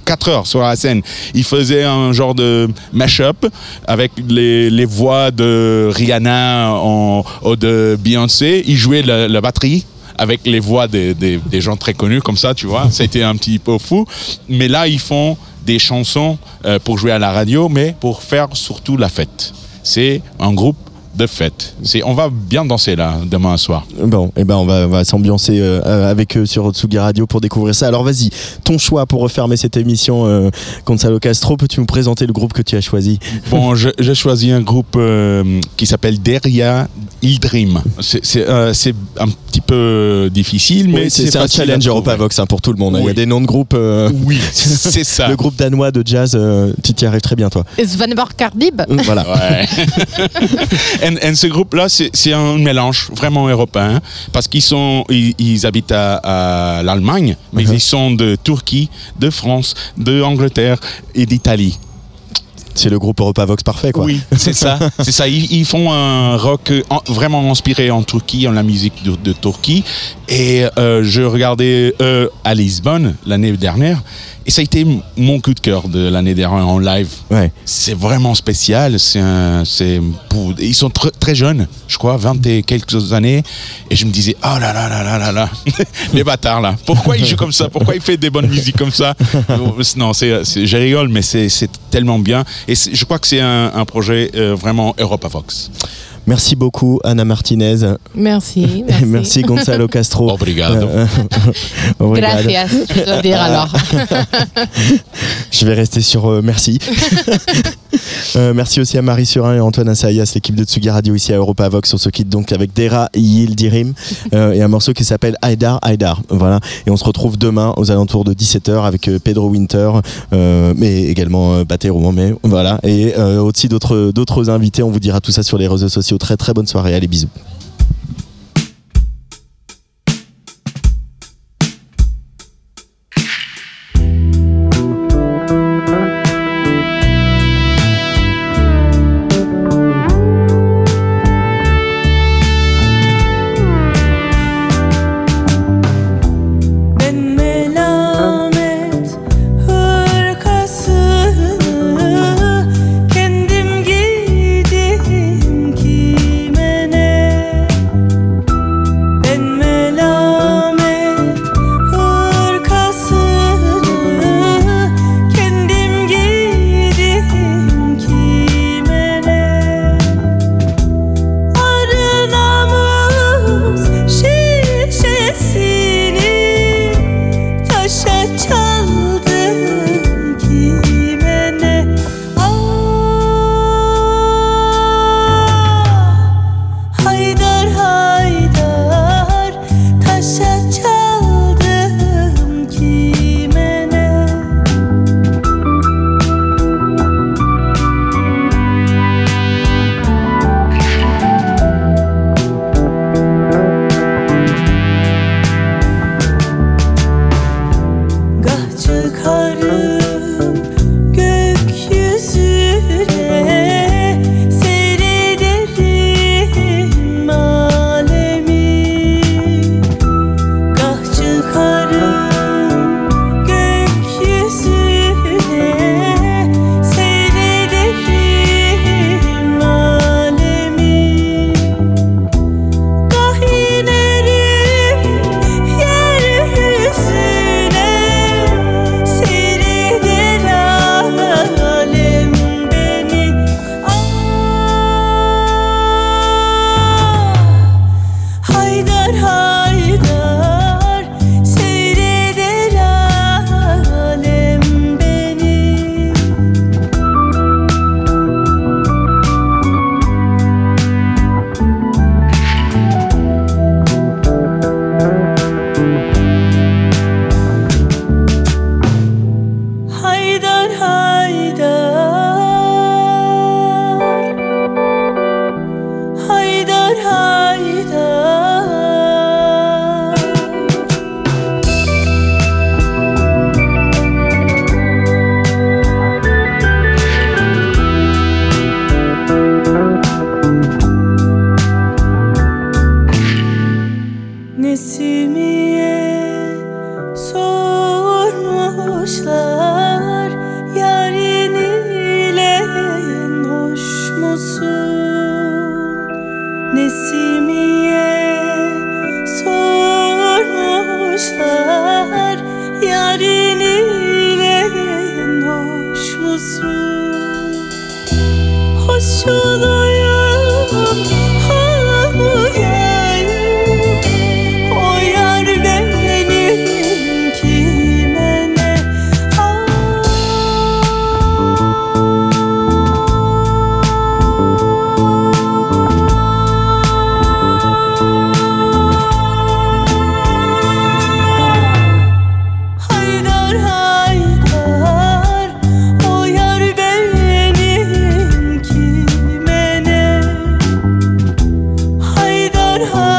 quatre heures sur la scène. Il faisait un genre de mash-up avec les, les voix de Rihanna en, ou de Beyoncé. Il jouait la, la batterie avec les voix des, des, des gens très connus comme ça, tu vois. C'était un petit peu fou. Mais là, ils font des chansons euh, pour jouer à la radio, mais pour faire surtout la fête. C'est un groupe de fête. C'est, on va bien danser là demain soir. Bon, et eh ben on va, on va s'ambiancer euh, avec eux sur Tsugi Radio pour découvrir ça. Alors vas-y, ton choix pour refermer cette émission, euh, Gonzalo Castro, peux-tu nous présenter le groupe que tu as choisi? Bon, je, j'ai choisi un groupe euh, qui s'appelle Deria Ildrim. C'est, c'est, euh, c'est un petit peu difficile, mais oui, c'est, c'est, c'est un challenge Europavox hein, pour tout le monde. Oui. Il y a des noms de groupes. Euh, oui, c'est ça. Le groupe danois de jazz, euh, tu t'y arrives très bien, toi. Svanborg Kardib. Voilà. Ouais. et, et ce groupe-là, c'est, c'est un mélange vraiment européen, parce qu'ils sont, ils, ils habitent à, à l'Allemagne, mais uh-huh. ils sont de Turquie, de France, d'Angleterre et d'Italie. C'est le groupe Europavox parfait, quoi. Oui, c'est ça. C'est ça. Ils, ils font un rock en, vraiment inspiré en Turquie, en la musique de, de Turquie. Et euh, je regardais euh, à Lisbonne l'année dernière. Et ça a été mon coup de cœur de l'année dernière en live. Ouais. C'est vraiment spécial. C'est un, c'est pour, ils sont tr- très jeunes, je crois, vingt et quelques années. Et je me disais, oh là là là là là là, les bâtards là. Pourquoi ils jouent comme ça? Pourquoi ils font des bonnes musiques comme ça? Non, c'est, c'est, je rigole, mais c'est, c'est tellement bien. Et c'est, je crois que c'est un, un projet euh, vraiment Europavox. Merci beaucoup, Anna Martinez. Merci. Merci, merci Gonzalo Castro. Obrigado. Euh, obrigado. Gracias, je dois dire alors. Je vais rester sur euh, merci. euh, merci aussi à Marie Surin et Antoine Assayas, l'équipe de Tsugi Radio ici à Europavox. On se quitte donc avec Dera Yildirim euh, et un morceau qui s'appelle Haïdar Haïdar. Voilà. Et on se retrouve demain aux alentours de dix-sept heures avec euh, Pedro Winter, euh, mais également euh, Batero. Mais voilà. Et euh, aussi d'autres, d'autres invités. On vous dira tout ça sur les réseaux sociaux. Très très bonne soirée, allez bisous. Nesimiye sormuşlar Nesimiye sormuşlar yarın ile hoş musun? Hoş olayım, olayım. O yar benim kime ne? Haydar haydar, o yar benim kime ne? Haydar haydar.